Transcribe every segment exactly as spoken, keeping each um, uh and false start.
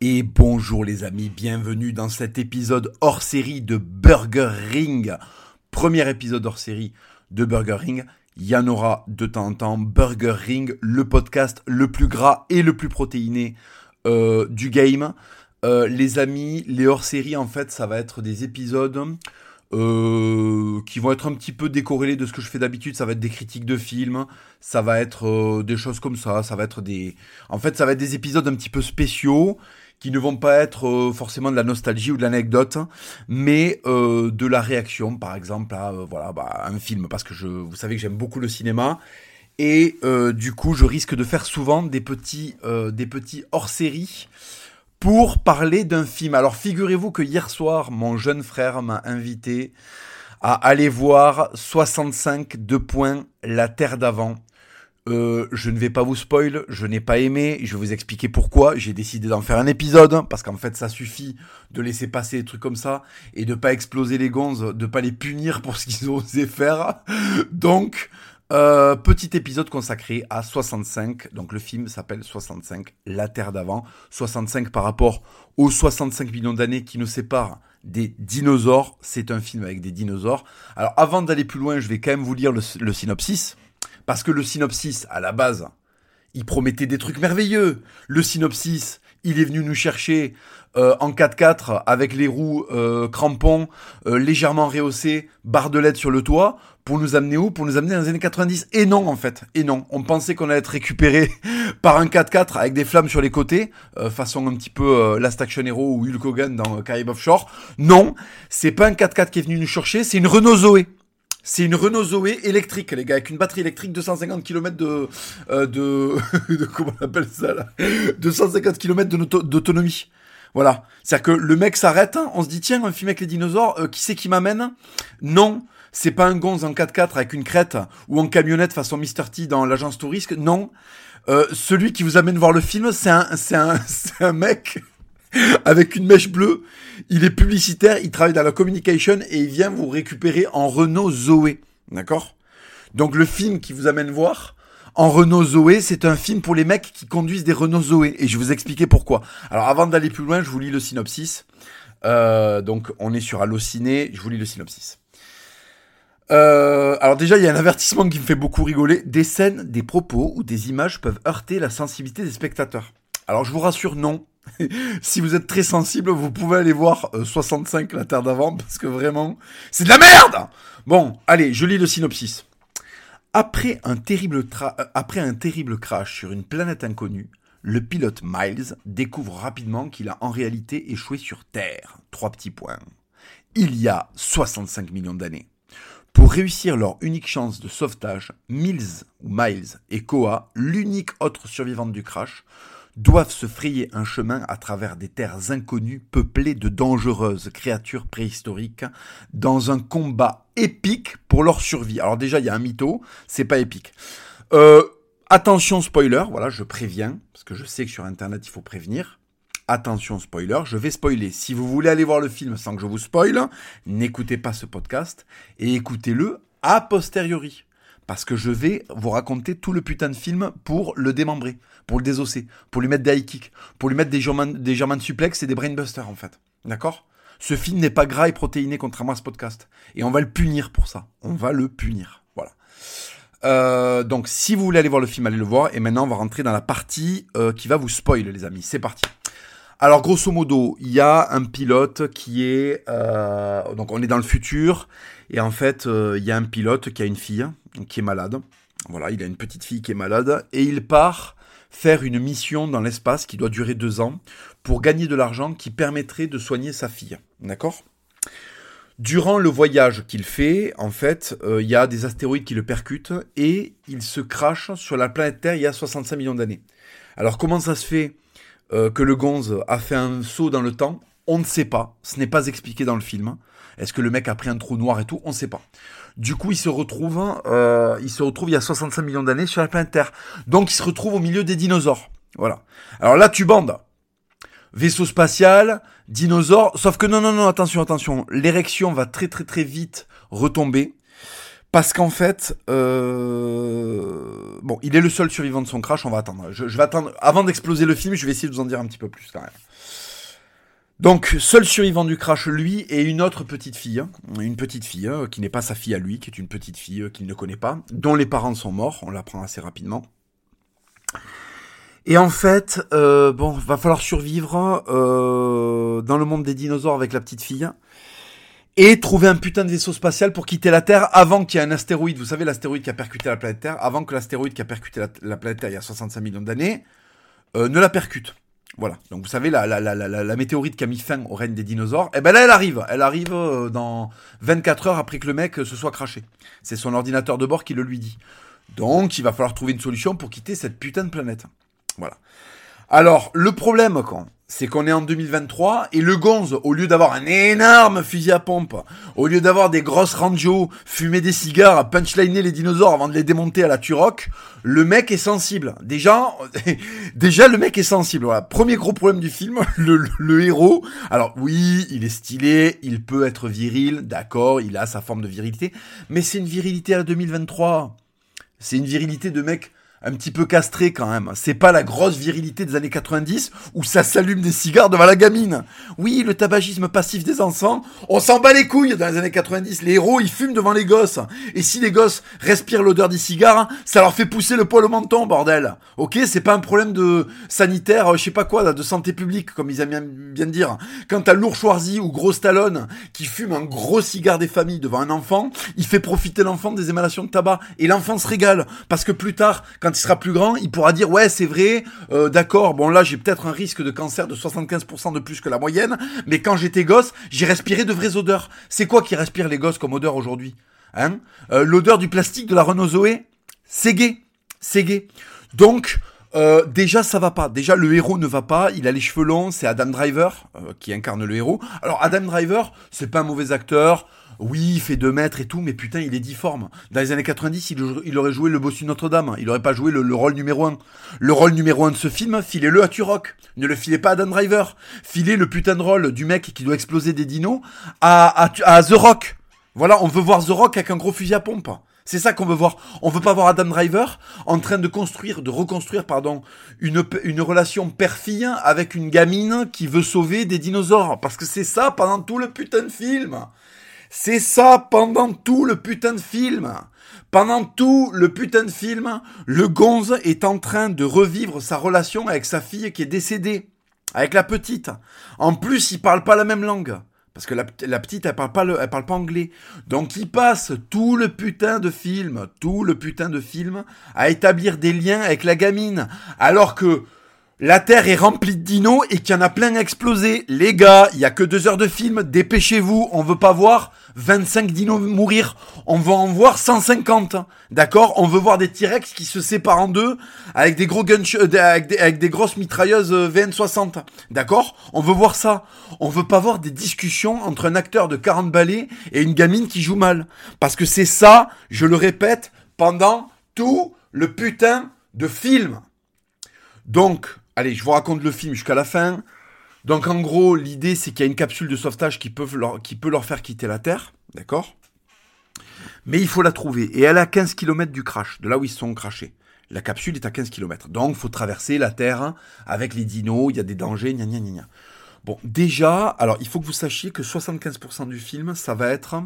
Et bonjour les amis, bienvenue dans cet épisode hors série de Burger Ring. Premier épisode hors série de Burger Ring. Il y en aura de temps en temps. Burger Ring, le podcast le plus gras et le plus protéiné euh, du game. Euh, les amis, les hors séries en fait, ça va être des épisodes euh, qui vont être un petit peu décorrélés de ce que je fais d'habitude. Ça va être des critiques de films, ça va être euh, des choses comme ça. Ça va être des, en fait, ça va être des épisodes un petit peu spéciaux, qui ne vont pas être euh, forcément de la nostalgie ou de l'anecdote, mais euh, de la réaction, par exemple, à euh, voilà, bah, un film, parce que je, vous savez que j'aime beaucoup le cinéma, et euh, du coup, je risque de faire souvent des petits, euh, des petits hors-série pour parler d'un film. Alors, figurez-vous que hier soir, mon jeune frère m'a invité à aller voir soixante-cinq deux points, La Terre d'avant. Euh, je ne vais pas vous spoil, je n'ai pas aimé, je vais vous expliquer pourquoi. J'ai décidé d'en faire un épisode, parce qu'en fait ça suffit de laisser passer des trucs comme ça, et de pas exploser les gonzes, de pas les punir pour ce qu'ils ont osé faire. Donc, euh, petit épisode consacré à soixante-cinq, donc le film s'appelle soixante-cinq, La Terre d'avant. soixante-cinq par rapport aux soixante-cinq millions d'années qui nous séparent des dinosaures. C'est un film avec des dinosaures. Alors avant d'aller plus loin, je vais quand même vous lire le, le synopsis. Parce que le synopsis, à la base, il promettait des trucs merveilleux. Le synopsis, il est venu nous chercher euh, en quatre-quatre avec les roues euh, crampons, euh, légèrement rehaussées, barre de L E D sur le toit, pour nous amener où ? Pour nous amener dans les années quatre-vingt-dix. Et non, en fait. Et non. On pensait qu'on allait être récupéré par un quatre-quatre avec des flammes sur les côtés, euh, façon un petit peu euh, Last Action Hero ou Hulk Hogan dans euh, Caribe Offshore. Non, c'est pas un quatre-quatre qui est venu nous chercher, c'est une Renault Zoé. C'est une Renault Zoé électrique, les gars, avec une batterie électrique, deux cent cinquante kilomètres de, euh, de, de, comment on appelle ça, là? deux cent cinquante kilomètres de, d'autonomie. Voilà. C'est-à-dire que le mec s'arrête, hein, on se dit, tiens, un film avec les dinosaures, euh, qui c'est qui m'amène? Non. C'est pas un gonze en quatre-quatre avec une crête ou en camionnette façon mister T dans l'agence Tourisque. Non. Euh, celui qui vous amène voir le film, c'est un, c'est un, c'est un mec avec une mèche bleue, il est publicitaire, il travaille dans la communication et il vient vous récupérer en Renault Zoé, d'accord ? Donc le film qui vous amène voir en Renault Zoé, c'est un film pour les mecs qui conduisent des Renault Zoé et je vais vous expliquer pourquoi. Alors avant d'aller plus loin, je vous lis le synopsis. Euh, donc on est sur Allociné, je vous lis le synopsis. Euh, alors déjà, il y a un avertissement qui me fait beaucoup rigoler. Des scènes, des propos ou des images peuvent heurter la sensibilité des spectateurs. Alors je vous rassure, non. Si vous êtes très sensible, vous pouvez aller voir euh, soixante-cinq La Terre d'avant, parce que vraiment, c'est de la merde. Bon, allez, je lis le synopsis. Après un terrible, tra- euh, après un terrible crash sur une planète inconnue, le pilote Miles découvre rapidement qu'il a en réalité échoué sur Terre. Trois petits points. Il y a soixante-cinq millions d'années. Pour réussir leur unique chance de sauvetage, Mills ou Miles et Koa, l'unique autre survivante du crash, doivent se frayer un chemin à travers des terres inconnues peuplées de dangereuses créatures préhistoriques dans un combat épique pour leur survie. Alors déjà, il y a un mytho, c'est pas épique. Euh, attention spoiler, voilà, je préviens, parce que je sais que sur Internet, il faut prévenir. Attention spoiler, je vais spoiler. Si vous voulez aller voir le film sans que je vous spoile, n'écoutez pas ce podcast et écoutez-le a posteriori. Parce que je vais vous raconter tout le putain de film pour le démembrer, pour le désosser, pour lui mettre des high kicks, pour lui mettre des German, des German suplex et des brainbusters en fait. D'accord ? Ce film n'est pas gras et protéiné contrairement à ce podcast. Et on va le punir pour ça. On va le punir. Voilà. Euh, donc si vous voulez aller voir le film, allez le voir. Et maintenant on va rentrer dans la partie euh, qui va vous spoil les amis. C'est parti. Alors grosso modo, il y a un pilote qui est... Euh, donc on est dans le futur. Et en fait, euh, il y a un pilote qui a une fille qui est malade. Voilà, il a une petite fille qui est malade. Et il part faire une mission dans l'espace qui doit durer deux ans pour gagner de l'argent qui permettrait de soigner sa fille. D'accord ? Durant le voyage qu'il fait, en fait, euh, il y a des astéroïdes qui le percutent et il se crache sur la planète Terre il y a soixante-cinq millions d'années. Alors comment ça se fait euh, que le gonze a fait un saut dans le temps ? On ne sait pas. Ce n'est pas expliqué dans le film. Est-ce que le mec a pris un trou noir et tout ? On ne sait pas. Du coup, il se retrouve, euh, il se retrouve il y a soixante-cinq millions d'années sur la planète Terre. Donc, il se retrouve au milieu des dinosaures. Voilà. Alors là, tu bandes. Vaisseau spatial, dinosaures. Sauf que non, non, non, attention, attention. L'érection va très, très, très vite retomber. Parce qu'en fait, euh... bon, il est le seul survivant de son crash, on va attendre. Je, je vais attendre, avant d'exploser le film, je vais essayer de vous en dire un petit peu plus quand même. Donc, seul survivant du crash, lui, et une autre petite fille, hein, une petite fille, hein, qui n'est pas sa fille à lui, qui est une petite fille euh, qu'il ne connaît pas, dont les parents sont morts, on l'apprend assez rapidement. Et en fait, euh, bon, va falloir survivre euh, dans le monde des dinosaures avec la petite fille, et trouver un putain de vaisseau spatial pour quitter la Terre avant qu'il y ait un astéroïde, vous savez, l'astéroïde qui a percuté la planète Terre, avant que l'astéroïde qui a percuté la, la planète Terre il y a soixante-cinq millions d'années, euh, ne la percute. Voilà, donc vous savez, la, la, la, la, la météorite qui a mis fin au règne des dinosaures, eh ben là, elle arrive. Elle arrive euh, dans vingt-quatre heures après que le mec euh, se soit crashé. C'est son ordinateur de bord qui le lui dit. Donc, il va falloir trouver une solution pour quitter cette putain de planète. Voilà. Alors, le problème, quand c'est qu'on est en deux mille vingt-trois, et le gonze, au lieu d'avoir un énorme fusil à pompe, au lieu d'avoir des grosses rangios, fumer des cigares, punchliner les dinosaures avant de les démonter à la Turok, le mec est sensible. Déjà, déjà le mec est sensible. Voilà. Premier gros problème du film, le, le, le héros. Alors oui, il est stylé, il peut être viril, d'accord, il a sa forme de virilité, mais c'est une virilité à deux mille vingt-trois. C'est une virilité de mec un petit peu castré quand même. C'est pas la grosse virilité des années quatre-vingt-dix où ça s'allume des cigares devant la gamine. Oui, le tabagisme passif des enfants, on s'en bat les couilles dans les années quatre-vingt-dix. Les héros, ils fument devant les gosses. Et si les gosses respirent l'odeur des cigares, ça leur fait pousser le poil au menton, bordel. Ok, c'est pas un problème de sanitaire, je sais pas quoi, de santé publique, comme ils aiment bien, bien dire. Quand t'as Lourd Schwarzy ou Gros Stallone qui fume un gros cigare des familles devant un enfant, il fait profiter l'enfant des émanations de tabac. Et l'enfant se régale. Parce que plus tard, quand il sera plus grand, il pourra dire ouais c'est vrai, euh, d'accord, bon là j'ai peut-être un risque de cancer de soixante-quinze pour cent de plus que la moyenne, mais quand j'étais gosse, j'ai respiré de vraies odeurs. C'est quoi qui respire les gosses comme odeur aujourd'hui, hein euh, L'odeur du plastique de la Renault Zoé, c'est gay, c'est gay. Donc euh, déjà ça va pas, déjà le héros ne va pas, il a les cheveux longs, c'est Adam Driver euh, qui incarne le héros. Alors Adam Driver, c'est pas un mauvais acteur. Oui, il fait deux mètres et tout, mais putain, il est difforme. Dans les années quatre-vingt-dix, il, il aurait joué le bossu de Notre-Dame. Il aurait pas joué le, le rôle numéro un. Le rôle numéro un de ce film, filez-le à Turok. Ne le filez pas à Adam Driver. Filez le putain de rôle du mec qui doit exploser des dinos à, à, à The Rock. Voilà, on veut voir The Rock avec un gros fusil à pompe. C'est ça qu'on veut voir. On veut pas voir Adam Driver en train de construire, de reconstruire, pardon, une, une relation père-fille avec une gamine qui veut sauver des dinosaures. Parce que c'est ça pendant tout le putain de film. C'est ça pendant tout le putain de film. Pendant tout le putain de film, le gonze est en train de revivre sa relation avec sa fille qui est décédée. Avec la petite. En plus, ils parlent pas la même langue. Parce que la, la petite, elle parle pas le, elle parle pas anglais. Donc, il passe tout le putain de film, tout le putain de film, à établir des liens avec la gamine. Alors que la Terre est remplie de dinos et qu'il y en a plein à exploser. Les gars, il y a que deux heures de film, dépêchez-vous, on veut pas voir vingt-cinq dinos mourir, on veut en voir cent cinquante, d'accord? On veut voir des T-Rex qui se séparent en deux avec des gros guns, avec des, avec des grosses mitrailleuses V N soixante, d'accord? On veut voir ça. On veut pas voir des discussions entre un acteur de quarante balais et une gamine qui joue mal. Parce que c'est ça, je le répète, pendant tout le putain de film. Donc, allez, je vous raconte le film jusqu'à la fin. Donc, en gros, l'idée, c'est qu'il y a une capsule de sauvetage qui peut leur, qui peut leur faire quitter la Terre, d'accord? Mais il faut la trouver. Et elle est à quinze kilomètres du crash, de là où ils se sont crashés. La capsule est à quinze kilomètres. Donc, il faut traverser la Terre avec les dinos, il y a des dangers, gna gna gna gna. Bon, déjà, alors, il faut que vous sachiez que soixante-quinze pour cent du film, ça va être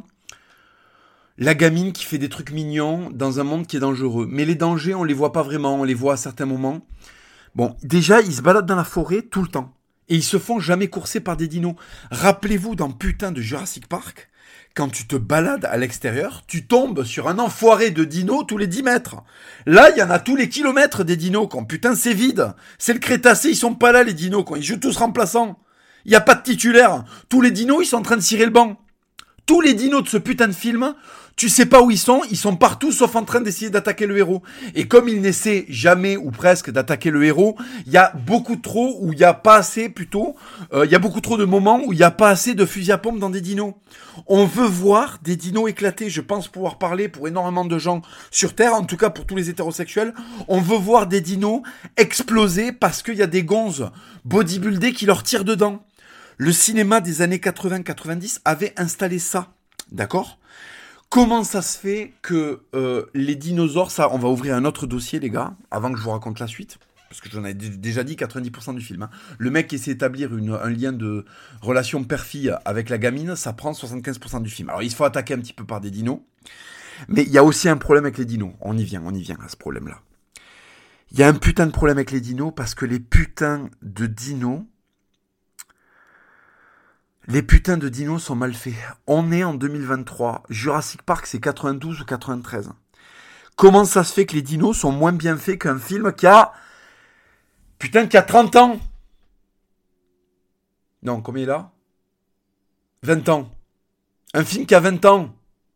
la gamine qui fait des trucs mignons dans un monde qui est dangereux. Mais les dangers, on les voit pas vraiment, on les voit à certains moments. Bon, déjà, ils se baladent dans la forêt tout le temps. Et ils se font jamais courser par des dinos. Rappelez-vous dans putain de Jurassic Park, quand tu te balades à l'extérieur, tu tombes sur un enfoiré de dinos tous les dix mètres. Là, il y en a tous les kilomètres des dinos, quand putain c'est vide. C'est le Crétacé, ils sont pas là les dinos, quand ils jouent tous remplaçants. Il y a pas de titulaire. Tous les dinos, ils sont en train de cirer le banc. Tous les dinos de ce putain de film, tu sais pas où ils sont, ils sont partout sauf en train d'essayer d'attaquer le héros. Et comme ils n'essaient jamais ou presque d'attaquer le héros, il y a beaucoup trop, ou il y a pas assez plutôt, euh, il y a beaucoup trop de moments où il y a pas assez de fusils à pompe dans des dinos. On veut voir des dinos éclater, je pense pouvoir parler pour énormément de gens sur Terre, en tout cas pour tous les hétérosexuels. On veut voir des dinos exploser parce qu'il y a des gonzes bodybuildés qui leur tirent dedans. Le cinéma des années quatre-vingts quatre-vingt-dix avait installé ça, d'accord ? Comment ça se fait que euh, les dinosaures, ça, on va ouvrir un autre dossier, les gars, avant que je vous raconte la suite. Parce que j'en ai d- déjà dit quatre-vingt-dix pour cent du film. Hein. Le mec qui essaie d'établir une, un lien de relation père-fille avec la gamine, ça prend soixante-quinze pour cent du film. Alors il se faut attaquer un petit peu par des dinos. Mais il y a aussi un problème avec les dinos. On y vient, on y vient à ce problème-là. Il y a un putain de problème avec les dinos parce que les putains de dinos... Les putains de dinos sont mal faits. On est en deux mille vingt-trois. Jurassic Park, c'est quatre-vingt-douze ou quatre-vingt-treize. Comment ça se fait que les dinos sont moins bien faits qu'un film qui a... Putain, qui a trente ans. Non, combien il a vingt ans. Un film qui a vingt ans.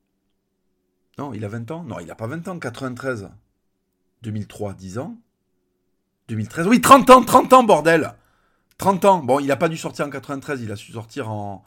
Non, il a vingt ans. Non, il a pas vingt ans, quatre-vingt-treize. deux mille trois, dix ans. deux mille treize, oui, trente ans, trente ans, bordel. trente ans. Bon, il a pas dû sortir en quatre-vingt-treize, il a dû sortir en...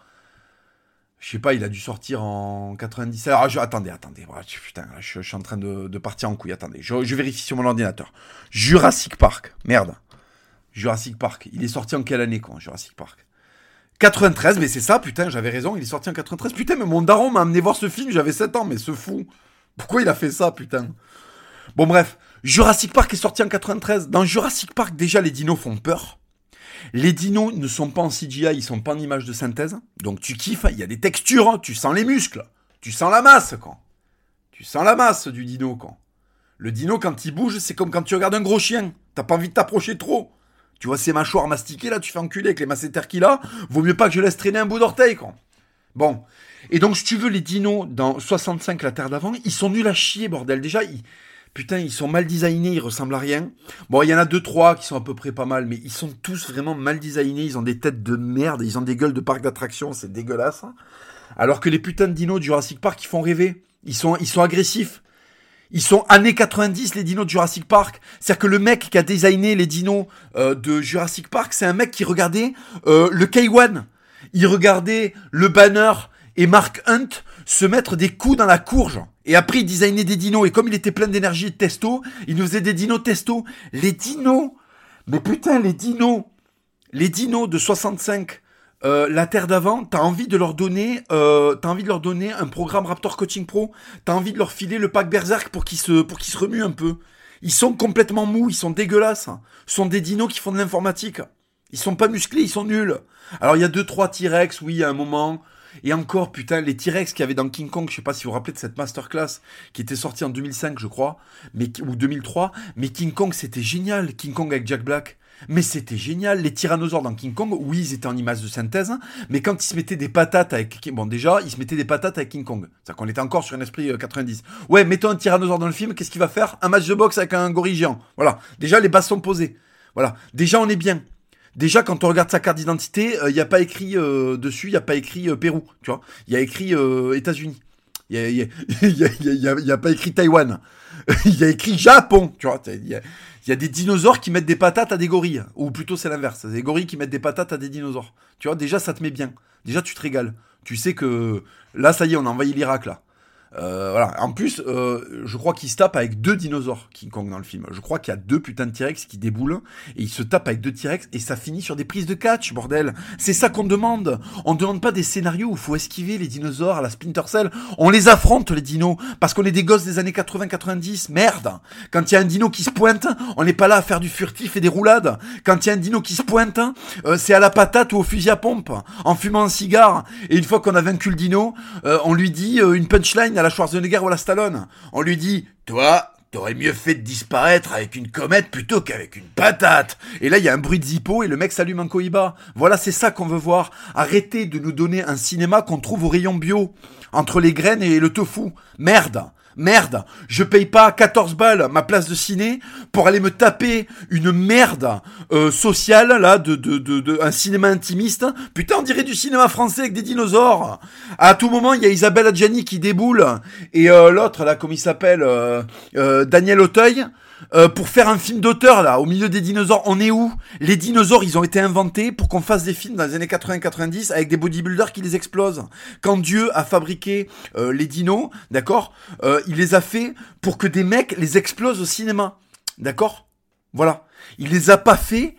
Je sais pas, il a dû sortir en quatre-vingt-dix-sept. Alors, je... attendez, attendez. Voilà, putain, je, je suis en train de, de partir en couille. Attendez, je, je vérifie sur mon ordinateur. Jurassic Park. Merde. Jurassic Park. Il est sorti en quelle année, quoi, Jurassic Park quatre-vingt-treize, mais c'est ça, putain, j'avais raison, il est sorti en quatre-vingt-treize. Putain, mais mon daron m'a amené voir ce film, j'avais sept ans, mais ce fou. Pourquoi il a fait ça, putain? Bon, bref. Jurassic Park est sorti en quatre-vingt-treize. Dans Jurassic Park, déjà, les dinos font peur. Les dinos ne sont pas en C G I, ils sont pas en image de synthèse. Donc tu kiffes, il y a des textures, tu sens les muscles, tu sens la masse, quoi. Tu sens la masse du dino, quoi. Le dino, quand il bouge, c'est comme quand tu regardes un gros chien. T'as pas envie de t'approcher trop. Tu vois ses mâchoires mastiquées, là, tu fais enculer avec les masséters qu'il a. Vaut mieux pas que je laisse traîner un bout d'orteil, quoi. Bon. Et donc, si tu veux, les dinos, dans soixante-cinq, la Terre d'avant, ils sont nuls à chier, bordel. Déjà, ils... Putain, ils sont mal designés, ils ressemblent à rien. Bon, il y en a deux, trois qui sont à peu près pas mal, mais ils sont tous vraiment mal designés. Ils ont des têtes de merde, ils ont des gueules de parc d'attractions, c'est dégueulasse. Alors que les putains de dinos de Jurassic Park, ils font rêver. Ils sont, ils sont agressifs. Ils sont années quatre-vingt-dix, les dinos de Jurassic Park. C'est-à-dire que le mec qui a designé les dinos euh, de Jurassic Park, c'est un mec qui regardait euh, le K un. Il regardait le Banner et Mark Hunt se mettre des coups dans la courge. Et après, il designait des dinos. Et comme il était plein d'énergie et de testo, il nous faisait des dinos testo. Les dinos, mais putain, les dinos, les dinos de soixante-cinq, euh, la Terre d'avant, t'as envie de leur donner, euh, t'as envie de leur donner un programme Raptor Coaching Pro. T'as envie de leur filer le pack Berserk pour qu'ils se, pour qu'ils se remuent un peu. Ils sont complètement mous, ils sont dégueulasses. Ce sont des dinos qui font de l'informatique. Ils sont pas musclés, ils sont nuls. Alors il y a deux, trois T-Rex, oui, à un moment. Et encore, putain, les T-Rex qu'il y avait dans King Kong, je sais pas si vous vous rappelez de cette masterclass qui était sortie en deux mille cinq, je crois, mais, ou deux mille trois, mais King Kong, c'était génial. King Kong avec Jack Black. Mais c'était génial. Les tyrannosaures dans King Kong, oui, ils étaient en image de synthèse, mais quand ils se mettaient des patates avec... Bon, déjà, ils se mettaient des patates avec King Kong. C'est-à-dire qu'on était encore sur un esprit euh, quatre-vingt-dix. Ouais, mettons un tyrannosaure dans le film, qu'est-ce qu'il va faire? Un match de boxe avec un gorille géant. Voilà. Déjà, les bases sont posées. Voilà. Déjà, on est bien. Déjà, quand on regarde sa carte d'identité, il euh, n'y a pas écrit euh, dessus, il n'y a pas écrit euh, Pérou, tu vois. Il y a écrit euh, États-Unis. Il n'y a, y a, y a, y a, y a pas écrit Taïwan. Il y a écrit Japon, tu vois. Il y a, y a des dinosaures qui mettent des patates à des gorilles. Ou plutôt, c'est l'inverse. C'est des gorilles qui mettent des patates à des dinosaures. Tu vois, déjà, ça te met bien. Déjà, tu te régales. Tu sais que là, ça y est, on a envahi l'Irak, là. Euh, voilà. En plus, euh, je crois qu'il se tape avec deux dinosaures, King Kong, dans le film. Je crois qu'il y a deux putains de T-Rex qui déboulent, et il se tape avec deux T-Rex, et ça finit sur des prises de catch, bordel. C'est ça qu'on demande. On ne demande pas des scénarios où il faut esquiver les dinosaures à la Splinter Cell. On les affronte, les dinos, parce qu'on est des gosses des années quatre-vingts quatre-vingt-dix. Merde. Quand il y a un dino qui se pointe, on n'est pas là à faire du furtif et des roulades. Quand il y a un dino qui se pointe, euh, c'est à la patate ou au fusil à pompe, en fumant un cigare. Et une fois qu'on a vaincu le dino, euh, on lui dit euh, une punchline à la Schwarzenegger ou à la Stallone. On lui dit, toi, t'aurais mieux fait de disparaître avec une comète plutôt qu'avec une patate. Et là, il y a un bruit de zippo et le mec s'allume un Cohiba. Voilà, c'est ça qu'on veut voir. Arrêtez de nous donner un cinéma qu'on trouve au rayon bio, entre les graines et le tofu. Merde. Merde, je paye pas quatorze balles ma place de ciné pour aller me taper une merde euh, sociale, là, de, de, de, de un cinéma intimiste. Putain, on dirait du cinéma français avec des dinosaures. À tout moment, il y a Isabelle Adjani qui déboule, et euh, l'autre, là, comme il s'appelle, euh, euh, Daniel Auteuil, euh, pour faire un film d'auteur, là, au milieu des dinosaures. On est où? Les dinosaures, ils ont été inventés pour qu'on fasse des films dans les années quatre-vingts quatre-vingt-dix avec des bodybuilders qui les explosent. Quand Dieu a fabriqué euh, les dinos, d'accord, euh, il les a fait pour que des mecs les explosent au cinéma. D'accord? Voilà. Il les a pas fait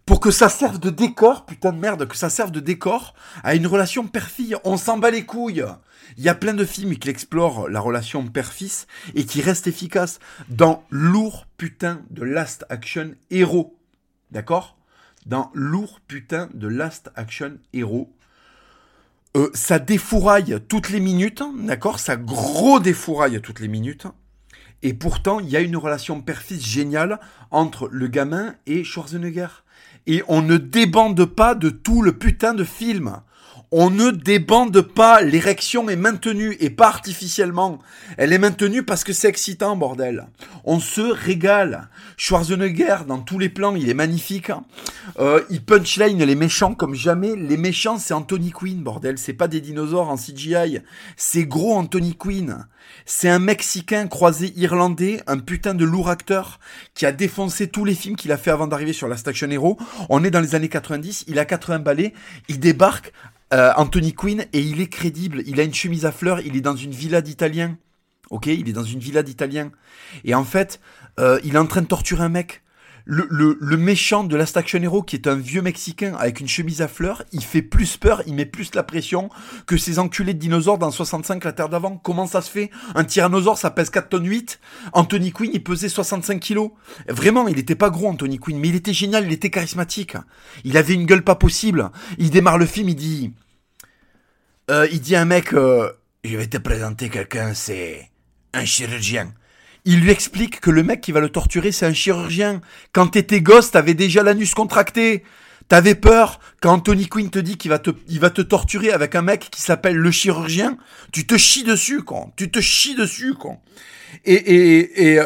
pour que ça serve de décor, putain de merde, que ça serve de décor à une relation père-fille. On s'en bat les couilles. Il y a plein de films qui explorent la relation père-fils et qui restent efficaces dans lourd putain de Last Action Hero. D'accord ? Dans lourd putain de Last Action Hero. Euh, ça défouraille toutes les minutes, d'accord ? Ça gros défouraille toutes les minutes. Et pourtant, il y a une relation père-fils géniale entre le gamin et Schwarzenegger. Et on ne débande pas de tout le putain de film. On ne débande pas, l'érection est maintenue et pas artificiellement. Elle est maintenue parce que c'est excitant, bordel. On se régale. Schwarzenegger, dans tous les plans, il est magnifique. Euh, il punchline les méchants comme jamais. Les méchants, c'est Anthony Quinn, bordel. C'est pas des dinosaures en C G I. C'est gros Anthony Quinn. C'est un Mexicain croisé irlandais, un putain de lourd acteur qui a défoncé tous les films qu'il a fait avant d'arriver sur Last Action Hero. On est dans les années quatre-vingt-dix, il a quatre-vingts balais, il débarque, euh, Anthony Quinn, et il est crédible. Il a une chemise à fleurs, il est dans une villa d'Italiens. Ok, il est dans une villa d'Italiens. Et en fait, euh, il est en train de torturer un mec. Le, le, le méchant de Last Action Hero, qui est un vieux Mexicain avec une chemise à fleurs, il fait plus peur, il met plus la pression que ces enculés de dinosaures dans soixante-cinq la Terre d'avant. Comment ça se fait ? Un tyrannosaure, ça pèse quatre tonnes huit. Anthony Quinn, il pesait soixante-cinq kilos. Vraiment, il était pas gros, Anthony Quinn, mais il était génial, il était charismatique. Il avait une gueule pas possible. Il démarre le film, il dit... Euh, il dit à un mec, euh, je vais te présenter quelqu'un, c'est un chirurgien. Il lui explique que le mec qui va le torturer, c'est un chirurgien. Quand t'étais gosse, t'avais déjà l'anus contracté. T'avais peur. Quand Anthony Quinn te dit qu'il va te, il va te torturer avec un mec qui s'appelle le chirurgien, tu te chies dessus, quoi. Tu te chies dessus, quoi. Et, et, et, euh,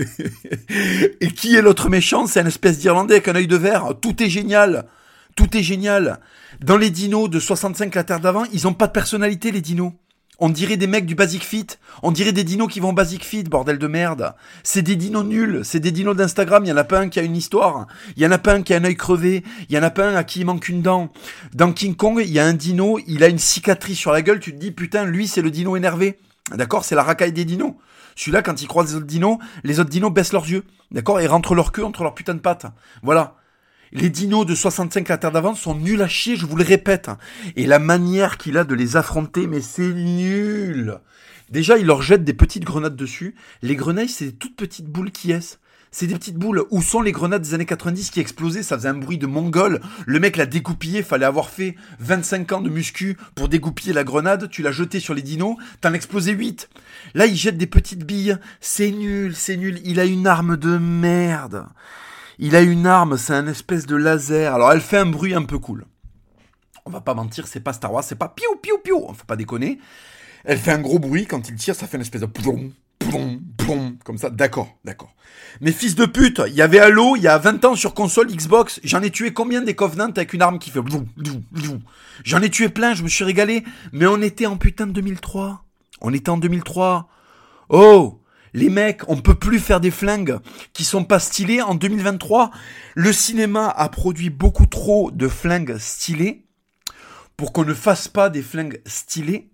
et qui est l'autre méchant ? C'est un espèce d'Irlandais avec un œil de verre. Tout est génial. Tout est génial. Dans les dinos de soixante-cinq la Terre d'avant, ils ont pas de personnalité, les dinos. On dirait des mecs du Basic Fit. On dirait des dinos qui vont au Basic Fit, bordel de merde. C'est des dinos nuls. C'est des dinos d'Instagram. Il y en a pas un qui a une histoire. Il y en a pas un qui a un œil crevé. Il y en a pas un à qui il manque une dent. Dans King Kong, il y a un dino, il a une cicatrice sur la gueule. Tu te dis, putain, lui, c'est le dino énervé. D'accord ? C'est la racaille des dinos. Celui-là, quand il croise les autres dinos, les autres dinos baissent leurs yeux. D'accord ? Et rentrent leur queue entre leurs putains de pattes. Voilà. Les dinos de soixante-cinq la Terre d'avant sont nuls à chier, je vous le répète. Et la manière qu'il a de les affronter, mais c'est nul. Déjà, il leur jette des petites grenades dessus. Les grenades, c'est des toutes petites boules qui est. C'est des petites boules. Où sont les grenades des années quatre-vingt-dix qui explosaient ? Ça faisait un bruit de mongol. Le mec l'a dégoupillé. Fallait avoir fait vingt-cinq ans de muscu pour dégoupiller la grenade. Tu l'as jetée sur les dinos. T'en explosais huit. Là, il jette des petites billes. C'est nul, c'est nul. Il a une arme de merde. Il a une arme, c'est un espèce de laser. Alors, elle fait un bruit un peu cool. On va pas mentir, c'est pas Star Wars, c'est pas piou, piou, piou. Faut pas déconner. Elle fait un gros bruit. Quand il tire, ça fait une espèce de plom, plom, plom. Comme ça. D'accord, d'accord. Mais fils de pute, il y avait Halo, il y a vingt ans sur console Xbox. J'en ai tué combien des Covenants avec une arme qui fait blou, blou, blou. J'en ai tué plein, je me suis régalé. Mais on était en putain de deux mille trois. On était en deux mille trois. Oh! Les mecs, on peut plus faire des flingues qui sont pas stylés en deux mille vingt-trois. Le cinéma a produit beaucoup trop de flingues stylées pour qu'on ne fasse pas des flingues stylées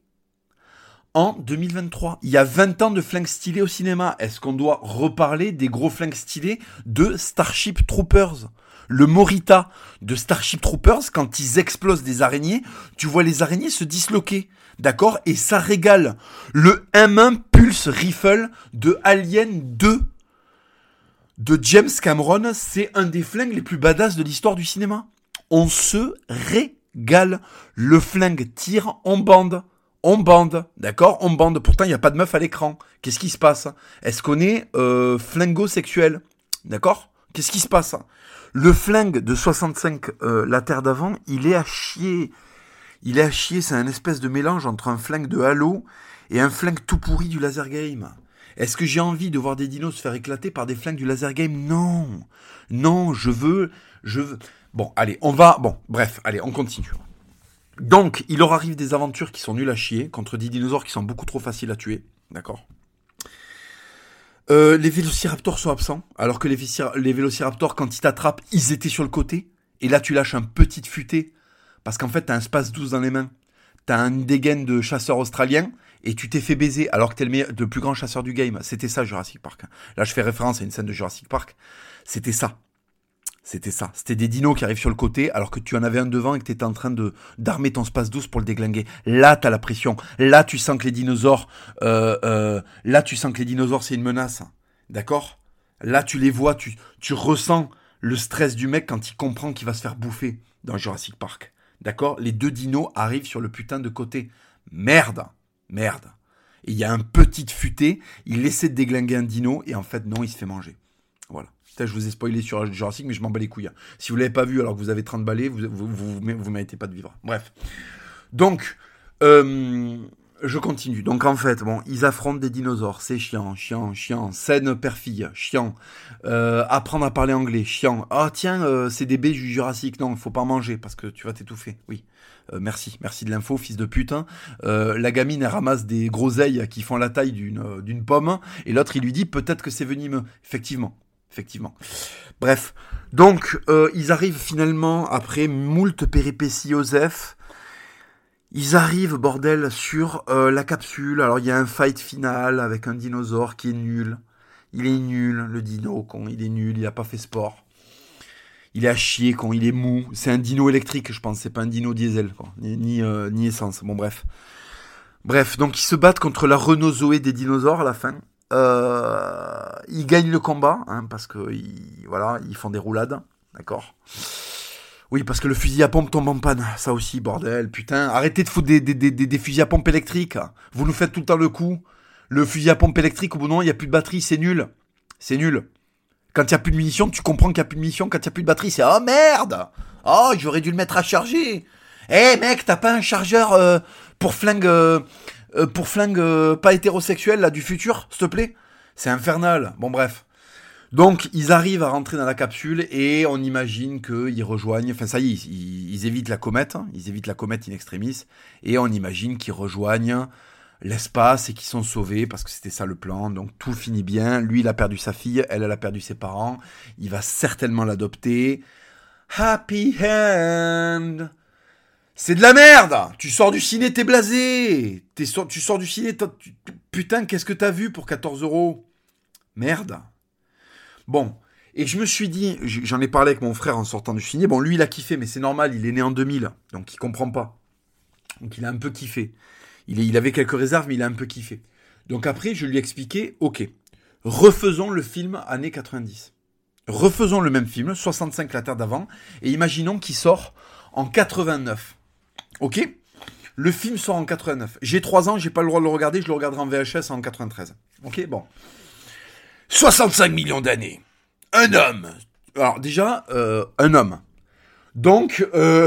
en deux mille vingt-trois. Il y a vingt ans de flingues stylées au cinéma. Est-ce qu'on doit reparler des gros flingues stylés de Starship Troopers ? Le Morita de Starship Troopers, quand ils explosent des araignées, tu vois les araignées se disloquer. D'accord ? Et ça régale. Le M un Pulse Rifle de Alien deux de James Cameron, c'est un des flingues les plus badass de l'histoire du cinéma. On se régale. Le flingue tire, on bande. On bande, d'accord ? On bande. Pourtant, il n'y a pas de meuf à l'écran. Qu'est-ce qui se passe ? Est-ce qu'on est euh, flingo-sexuel ? D'accord ? Qu'est-ce qui se passe ? Le flingue de soixante-cinq, euh, la Terre d'avant, il est à chier. Il est à chier, c'est un espèce de mélange entre un flingue de Halo et un flingue tout pourri du laser game. Est-ce que j'ai envie de voir des dinos se faire éclater par des flingues du laser game ? Non. Non, je veux... je veux. Bon, allez, on va... Bon, bref, allez, on continue. Donc, il leur arrive des aventures qui sont nulles à chier, contre des dinosaures qui sont beaucoup trop faciles à tuer. D'accord ? Euh, les vélociraptors sont absents, alors que les, vicir- les vélociraptors, quand ils t'attrapent, ils étaient sur le côté. Et là, tu lâches un petit futé, parce qu'en fait, t'as un space douze dans les mains. T'as une dégaine de chasseur australien, et tu t'es fait baiser, alors que t'es le, meilleur, le plus grand chasseur du game. C'était ça, Jurassic Park. Là, je fais référence à une scène de Jurassic Park. C'était ça. C'était ça. C'était des dinos qui arrivent sur le côté alors que tu en avais un devant et que tu étais en train de d'armer ton space douce pour le déglinguer. Là, tu as la pression. Là, tu sens que les dinosaures... Euh, euh, là, tu sens que les dinosaures, c'est une menace. D'accord ? Là, tu les vois, tu, tu ressens le stress du mec quand il comprend qu'il va se faire bouffer dans Jurassic Park. D'accord ? Les deux dinos arrivent sur le putain de côté. Merde. Merde. Et il y a un petit futé, il essaie de déglinguer un dino et en fait, non, il se fait manger. Voilà. Putain, je vous ai spoilé sur Jurassic, mais je m'en bats les couilles. Si vous l'avez pas vu alors que vous avez trente balais, vous vous, vous, vous, vous méritez pas de vivre. Bref. Donc, euh, je continue. Donc en fait, bon, ils affrontent des dinosaures. C'est chiant, chiant, chiant. Scène père-fille, chiant. Euh, apprendre à parler anglais, chiant. Ah oh, tiens, euh, c'est des baies du Jurassic. Non, faut pas en manger parce que tu vas t'étouffer. Oui. Euh, merci, merci de l'info, fils de pute. Hein. Euh, la gamine, elle ramasse des groseilles qui font la taille d'une, euh, d'une pomme. Et l'autre, il lui dit peut-être que c'est venimeux. Effectivement. Effectivement. Bref, donc euh, ils arrivent finalement, après moult péripéties Osef, ils arrivent, bordel, sur euh, la capsule. Alors il y a un fight final avec un dinosaure qui est nul. Il est nul, le dino, con. Il est nul, il a pas fait sport. Il est à chier, con. Il est mou. C'est un dino électrique, je pense. C'est pas un dino diesel, quoi. Ni, ni, euh, ni essence. Bon, bref. Bref, donc ils se battent contre la Renault Zoé des dinosaures à la fin. Euh, ils gagnent le combat, hein, parce que ils, voilà, ils font des roulades, d'accord. Oui, parce que le fusil à pompe tombe en panne, ça aussi, bordel, putain. Arrêtez de foutre des, des, des, des fusils à pompe électriques. Vous nous faites tout le temps le coup. Le fusil à pompe électrique, au bout d'un moment, il n'y a plus de batterie, c'est nul. C'est nul. Quand il n'y a plus de munitions, tu comprends qu'il n'y a plus de munitions. Quand il n'y a plus de batterie, c'est oh merde. Oh, j'aurais dû le mettre à charger. Eh hey, mec, t'as pas un chargeur euh, pour flingue... Euh, Euh, pour flingue euh, pas hétérosexuel là du futur, s'il te plaît. C'est infernal. Bon bref. Donc ils arrivent à rentrer dans la capsule et on imagine qu'ils rejoignent. Enfin ça y est, ils, ils évitent la comète, hein, ils évitent la comète in extremis et on imagine qu'ils rejoignent l'espace et qu'ils sont sauvés parce que c'était ça le plan. Donc tout finit bien. Lui il a perdu sa fille, elle elle a perdu ses parents. Il va certainement l'adopter. Happy End. C'est de la merde. Tu sors du ciné, t'es blasé. T'es so- tu sors du ciné, tu... putain, qu'est-ce que t'as vu pour quatorze euros ? Merde. Bon, et je me suis dit, j'en ai parlé avec mon frère en sortant du ciné. Bon, lui, il a kiffé, mais c'est normal, il est né en deux mille, donc il comprend pas. Donc il a un peu kiffé. Il, est, il avait quelques réserves, mais il a un peu kiffé. Donc après, je lui ai expliqué, ok, refaisons le film années quatre-vingt-dix. Refaisons le même film, soixante-cinq la Terre d'avant, et imaginons qu'il sort en quatre-vingt-neuf. Ok ? Le film sort en quatre-vingt-neuf. J'ai trois ans, j'ai pas le droit de le regarder, je le regarderai en V H S en quatre-vingt-treize. Ok, bon. soixante-cinq millions d'années. Un homme. Alors déjà, euh, un homme. Donc, euh,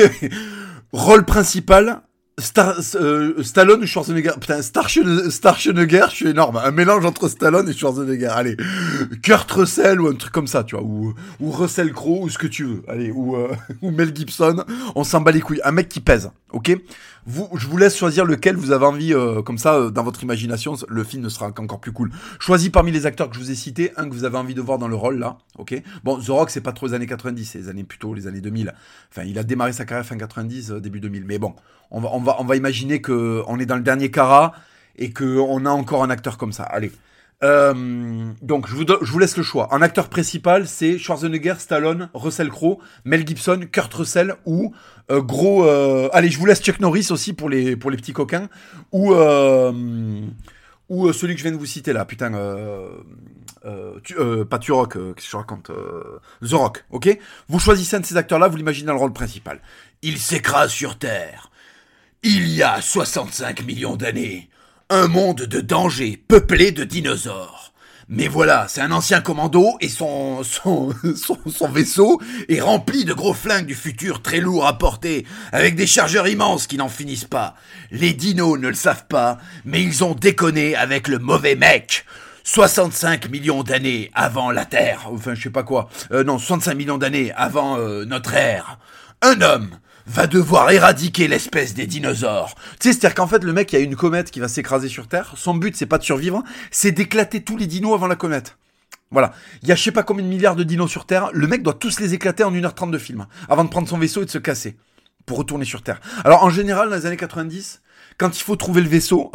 rôle principal, Star, euh, Stallone ou Schwarzenegger. Putain, Star, Star Schwarzenegger, je suis énorme. Un mélange entre Stallone et Schwarzenegger. Allez, Kurt Russell ou un truc comme ça, tu vois. Ou, ou Russell Crowe ou ce que tu veux. Allez, ou, euh, ou Mel Gibson. On s'en bat les couilles. Un mec qui pèse, ok ? Vous, je vous laisse choisir lequel vous avez envie, euh, comme ça, euh, dans votre imagination, le film ne sera qu'encore plus cool. Choisis parmi les acteurs que je vous ai cités, un que vous avez envie de voir dans le rôle, là, ok ? Bon, The Rock, c'est pas trop les années quatre-vingt-dix, c'est les années, plutôt les années deux mille. Enfin, il a démarré sa carrière fin quatre-vingt-dix, euh, début deux mille. Mais bon, on va, on va, on va imaginer que on est dans le dernier carat et qu'on a encore un acteur comme ça. Allez. Euh, donc, je vous, do- je vous laisse le choix. En acteur principal, c'est Schwarzenegger, Stallone, Russell Crowe, Mel Gibson, Kurt Russell ou euh, gros... Euh, allez, je vous laisse Chuck Norris aussi pour les, pour les petits coquins. Ou, euh, ou euh, celui que je viens de vous citer là. Putain, euh, euh, tu, euh, pas Turok, euh, qu'est-ce que je raconte euh, The Rock, ok ? Vous choisissez un de ces acteurs-là, vous l'imaginez dans le rôle principal. Il s'écrase sur Terre. Il y a soixante-cinq millions d'années. Un monde de danger peuplé de dinosaures. Mais voilà, c'est un ancien commando et son, son, son, son vaisseau est rempli de gros flingues du futur très lourds à porter, avec des chargeurs immenses qui n'en finissent pas. Les dinos ne le savent pas, mais ils ont déconné avec le mauvais mec. soixante-cinq millions d'années avant la Terre, enfin je sais pas quoi, euh, non, soixante-cinq millions d'années avant euh, notre ère. Un homme va devoir éradiquer l'espèce des dinosaures. Tu sais, c'est-à-dire qu'en fait, le mec, il y a une comète qui va s'écraser sur Terre. Son but, c'est pas de survivre, c'est d'éclater tous les dinos avant la comète. Voilà. Il y a je sais pas combien de milliards de dinos sur Terre. Le mec doit tous les éclater en une heure trente de film, avant de prendre son vaisseau et de se casser, pour retourner sur Terre. Alors, en général, dans les années quatre-vingt-dix, quand il faut trouver le vaisseau,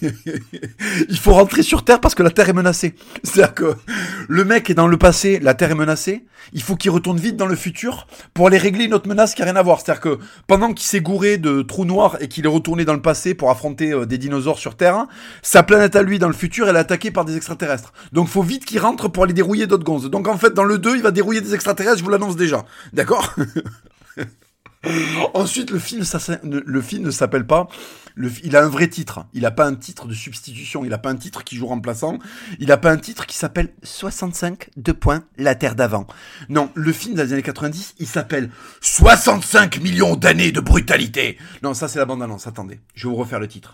il faut rentrer sur Terre parce que la Terre est menacée. C'est-à-dire que le mec est dans le passé, la Terre est menacée, il faut qu'il retourne vite dans le futur pour aller régler une autre menace qui n'a rien à voir. C'est-à-dire que pendant qu'il s'est gouré de trous noirs et qu'il est retourné dans le passé pour affronter euh, des dinosaures sur Terre, sa planète à lui dans le futur, elle est attaquée par des extraterrestres. Donc faut vite qu'il rentre pour aller dérouiller d'autres gonzes. Donc en fait, dans le deux, il va dérouiller des extraterrestres, je vous l'annonce déjà. D'accord? Ensuite, le film, ça, le film ne s'appelle pas. Le, il a un vrai titre. Il a pas un titre de substitution. Il a pas un titre qui joue remplaçant. Il a pas un titre qui s'appelle soixante-cinq deux points la Terre d'avant. Non, le film des années quatre-vingt-dix, il s'appelle soixante-cinq millions d'années de brutalité. Non, ça c'est la bande-annonce. Attendez, je vais vous refaire le titre.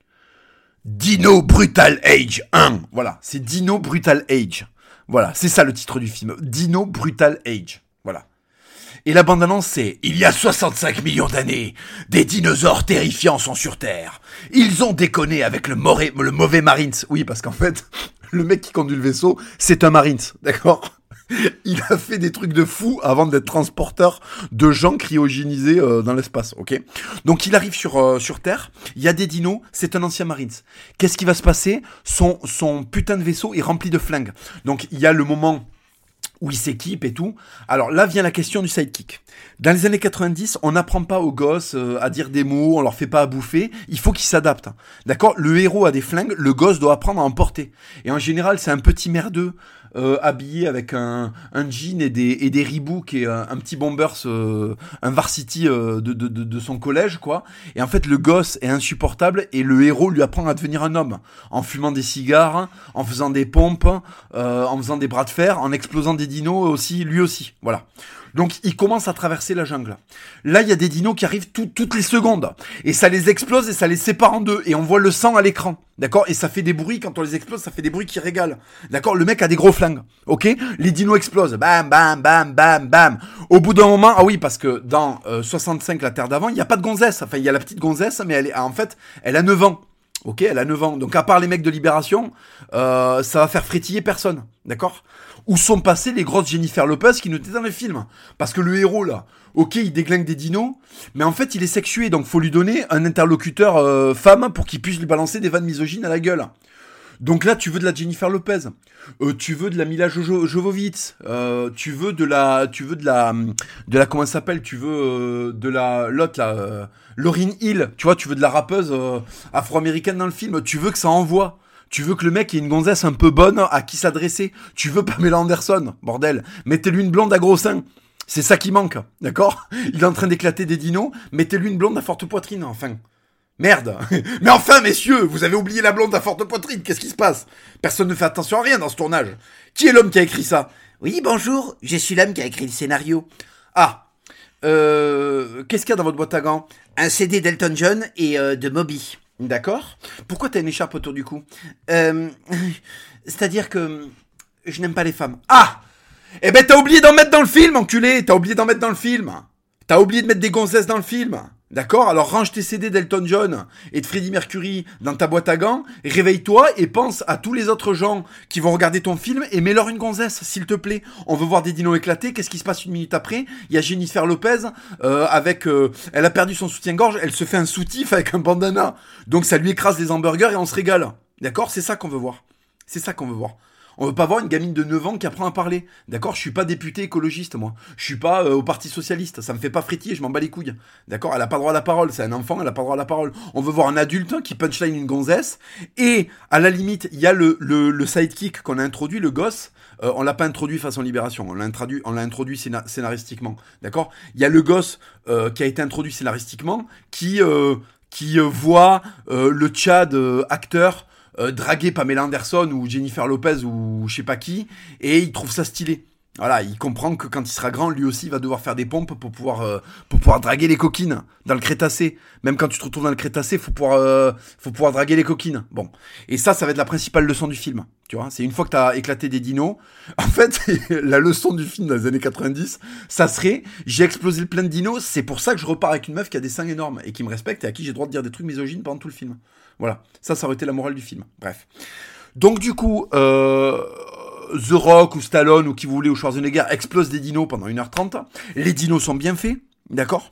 Dino Brutal Age un. Voilà, c'est Dino Brutal Age. Voilà, c'est ça le titre du film. Dino Brutal Age. Voilà. Et la bande-annonce, c'est « Il y a soixante-cinq millions d'années, des dinosaures terrifiants sont sur Terre. Ils ont déconné avec le, moré, le mauvais Marines. » Oui, parce qu'en fait, le mec qui conduit le vaisseau, c'est un Marines, d'accord ? Il a fait des trucs de fou avant d'être transporteur de gens cryogénisés euh, dans l'espace, ok ? Donc il arrive sur, euh, sur Terre, il y a des dinos, c'est un ancien Marines. Qu'est-ce qui va se passer ? son, son putain de vaisseau est rempli de flingues. Donc il y a le moment où il s'équipe et tout. Alors là vient la question du sidekick. Dans les années quatre-vingt-dix, on n'apprend pas aux gosses euh, à dire des mots, on leur fait pas à bouffer, il faut qu'ils s'adaptent. D'accord ? Le héros a des flingues, le gosse doit apprendre à en porter. Et en général, c'est un petit merdeux euh, habillé avec un, un jean et des, et des Reebok et un, un petit bombers, euh, un varsity euh, de, de, de, de son collège, quoi. Et en fait, le gosse est insupportable et le héros lui apprend à devenir un homme. En fumant des cigares, en faisant des pompes, euh, en faisant des bras de fer, en explosant des dinos aussi, lui aussi. Voilà. Donc, il commence à traverser la jungle. Là, il y a des dinos qui arrivent tout, toutes les secondes. Et ça les explose et ça les sépare en deux. Et on voit le sang à l'écran. D'accord ? Et ça fait des bruits, quand on les explose, ça fait des bruits qui régalent. D'accord ? Le mec a des gros flingues. Ok ? Les dinos explosent. Bam, bam, bam, bam, bam. Au bout d'un moment, ah oui, parce que dans euh, soixante-cinq, la Terre d'avant, il n'y a pas de gonzesse. Enfin, il y a la petite gonzesse, mais elle est, en fait, elle a neuf ans. Ok, elle a neuf ans. Donc, à part les mecs de Libération, euh, ça va faire frétiller personne. D'accord ? Où sont passées les grosses Jennifer Lopez qui nous étaient dans les films ? Parce que le héros, là, ok, il déglingue des dinos, mais en fait, il est sexué. Donc, faut lui donner un interlocuteur euh, femme pour qu'il puisse lui balancer des vannes misogynes à la gueule. Donc là, tu veux de la Jennifer Lopez, euh, tu veux de la Mila Jojo- Jovovich, euh, tu veux de la, tu veux de la, de la comment ça s'appelle, tu veux euh, de la, l'autre là, euh, Lauryn Hill, tu vois, tu veux de la rappeuse euh, afro-américaine dans le film, tu veux que ça envoie. Tu veux que le mec ait une gonzesse un peu bonne à qui s'adresser. Tu veux Pamela Anderson, bordel. Mettez-lui une blonde à gros seins. C'est ça qui manque, d'accord ? Il est en train d'éclater des dinos. Mettez-lui une blonde à forte poitrine, enfin. Merde. Mais enfin, messieurs, vous avez oublié la blonde à forte poitrine. Qu'est-ce qui se passe ? Personne ne fait attention à rien dans ce tournage. Qui est l'homme qui a écrit ça ? Oui, bonjour, je suis l'homme qui a écrit le scénario. Ah. Euh... Qu'est-ce qu'il y a dans votre boîte à gants ? Un C D d'Elton John et euh, de Moby. D'accord. Pourquoi t'as une écharpe autour du cou ? euh, C'est-à-dire que je n'aime pas les femmes. Ah ! Eh ben t'as oublié d'en mettre dans le film, enculé. T'as oublié d'en mettre dans le film. T'as oublié de mettre des gonzesses dans le film. D'accord ? Alors range tes C D d'Elton John et de Freddie Mercury dans ta boîte à gants, réveille-toi et pense à tous les autres gens qui vont regarder ton film et mets-leur une gonzesse, s'il te plaît. On veut voir des dinos éclater. Qu'est-ce qui se passe une minute après ? Il y a Jennifer Lopez euh, avec... Euh, elle a perdu son soutien-gorge, elle se fait un soutif avec un bandana. Donc ça lui écrase les hamburgers et on se régale. D'accord ? C'est ça qu'on veut voir. C'est ça qu'on veut voir. On veut pas voir une gamine de neuf ans qui apprend à parler. D'accord ? Je suis pas député écologiste, moi. Je suis pas euh, au Parti Socialiste. Ça me fait pas frétiller, je m'en bats les couilles. D'accord ? Elle a pas droit à la parole. C'est un enfant, elle a pas droit à la parole. On veut voir un adulte qui punchline une gonzesse. Et, à la limite, il y a le, le, le sidekick qu'on a introduit, le gosse. Euh, on l'a pas introduit façon Libération. On l'a introduit, on l'a introduit scénar- scénaristiquement. D'accord ? Il y a le gosse euh, qui a été introduit scénaristiquement qui, euh, qui euh, voit euh, le Tchad euh, acteur Euh, draguer Pamela Anderson ou Jennifer Lopez ou je sais pas qui, et il trouve ça stylé. Voilà, il comprend que quand il sera grand, lui aussi il va devoir faire des pompes pour pouvoir euh, pour pouvoir draguer les coquines dans le Crétacé. Même quand tu te retrouves dans le Crétacé, faut pouvoir euh, faut pouvoir draguer les coquines. Bon, et ça, ça va être la principale leçon du film. Tu vois, c'est une fois que t'as éclaté des dinos. En fait, la leçon du film dans les années quatre-vingt-dix, ça serait j'ai explosé le plein de dinos. C'est pour ça que je repars avec une meuf qui a des seins énormes et qui me respecte et à qui j'ai le droit de dire des trucs misogynes pendant tout le film. Voilà, ça, ça aurait été la morale du film. Bref. Donc du coup, euh, The Rock ou Stallone ou qui vous voulez ou Schwarzenegger explose des dinos pendant une heure trente. Les dinos sont bien faits, d'accord ?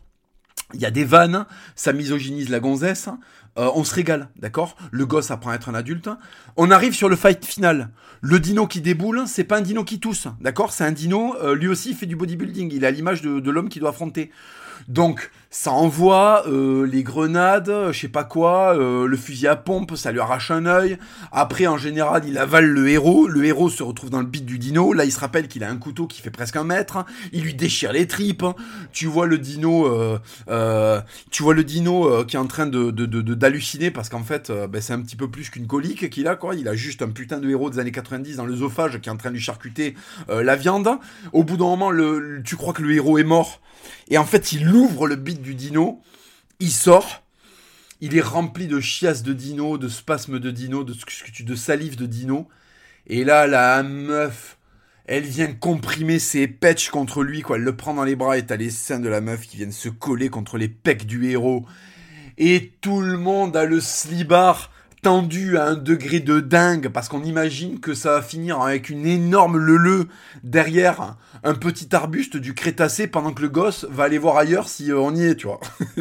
Il y a des vannes, ça misogynise la gonzesse, euh, on se régale, d'accord ? Le gosse apprend à être un adulte. On arrive sur le fight final. Le dino qui déboule, c'est pas un dino qui tousse, d'accord ? C'est un dino, euh, lui aussi il fait du bodybuilding, il est à l'image de, de l'homme qu'il doit affronter. Donc, ça envoie euh, les grenades, je sais pas quoi, euh, le fusil à pompe, ça lui arrache un œil. Après, en général, il avale le héros. Le héros se retrouve dans le bide du dino. Là, il se rappelle qu'il a un couteau qui fait presque un mètre. Il lui déchire les tripes. Tu vois le dino, euh, euh, tu vois le dino euh, qui est en train de, de, de, de d'halluciner parce qu'en fait, euh, ben, c'est un petit peu plus qu'une colique qu'il a, quoi. Il a juste un putain de héros des années quatre-vingt-dix dans l'œsophage qui est en train de lui charcuter euh, la viande. Au bout d'un moment, le, le, tu crois que le héros est mort. Et en fait, il ouvre le bide du dino, il sort, il est rempli de chiasses de dino, de spasmes de dino, de, de salive de dino. Et là, la meuf, elle vient comprimer ses petches contre lui, quoi. Elle le prend dans les bras et t'as les seins de la meuf qui viennent se coller contre les pecs du héros. Et tout le monde a le slibard tendu à un degré de dingue parce qu'on imagine que ça va finir avec une énorme leu-leu derrière un petit arbuste du Crétacé pendant que le gosse va aller voir ailleurs si on y est, tu vois.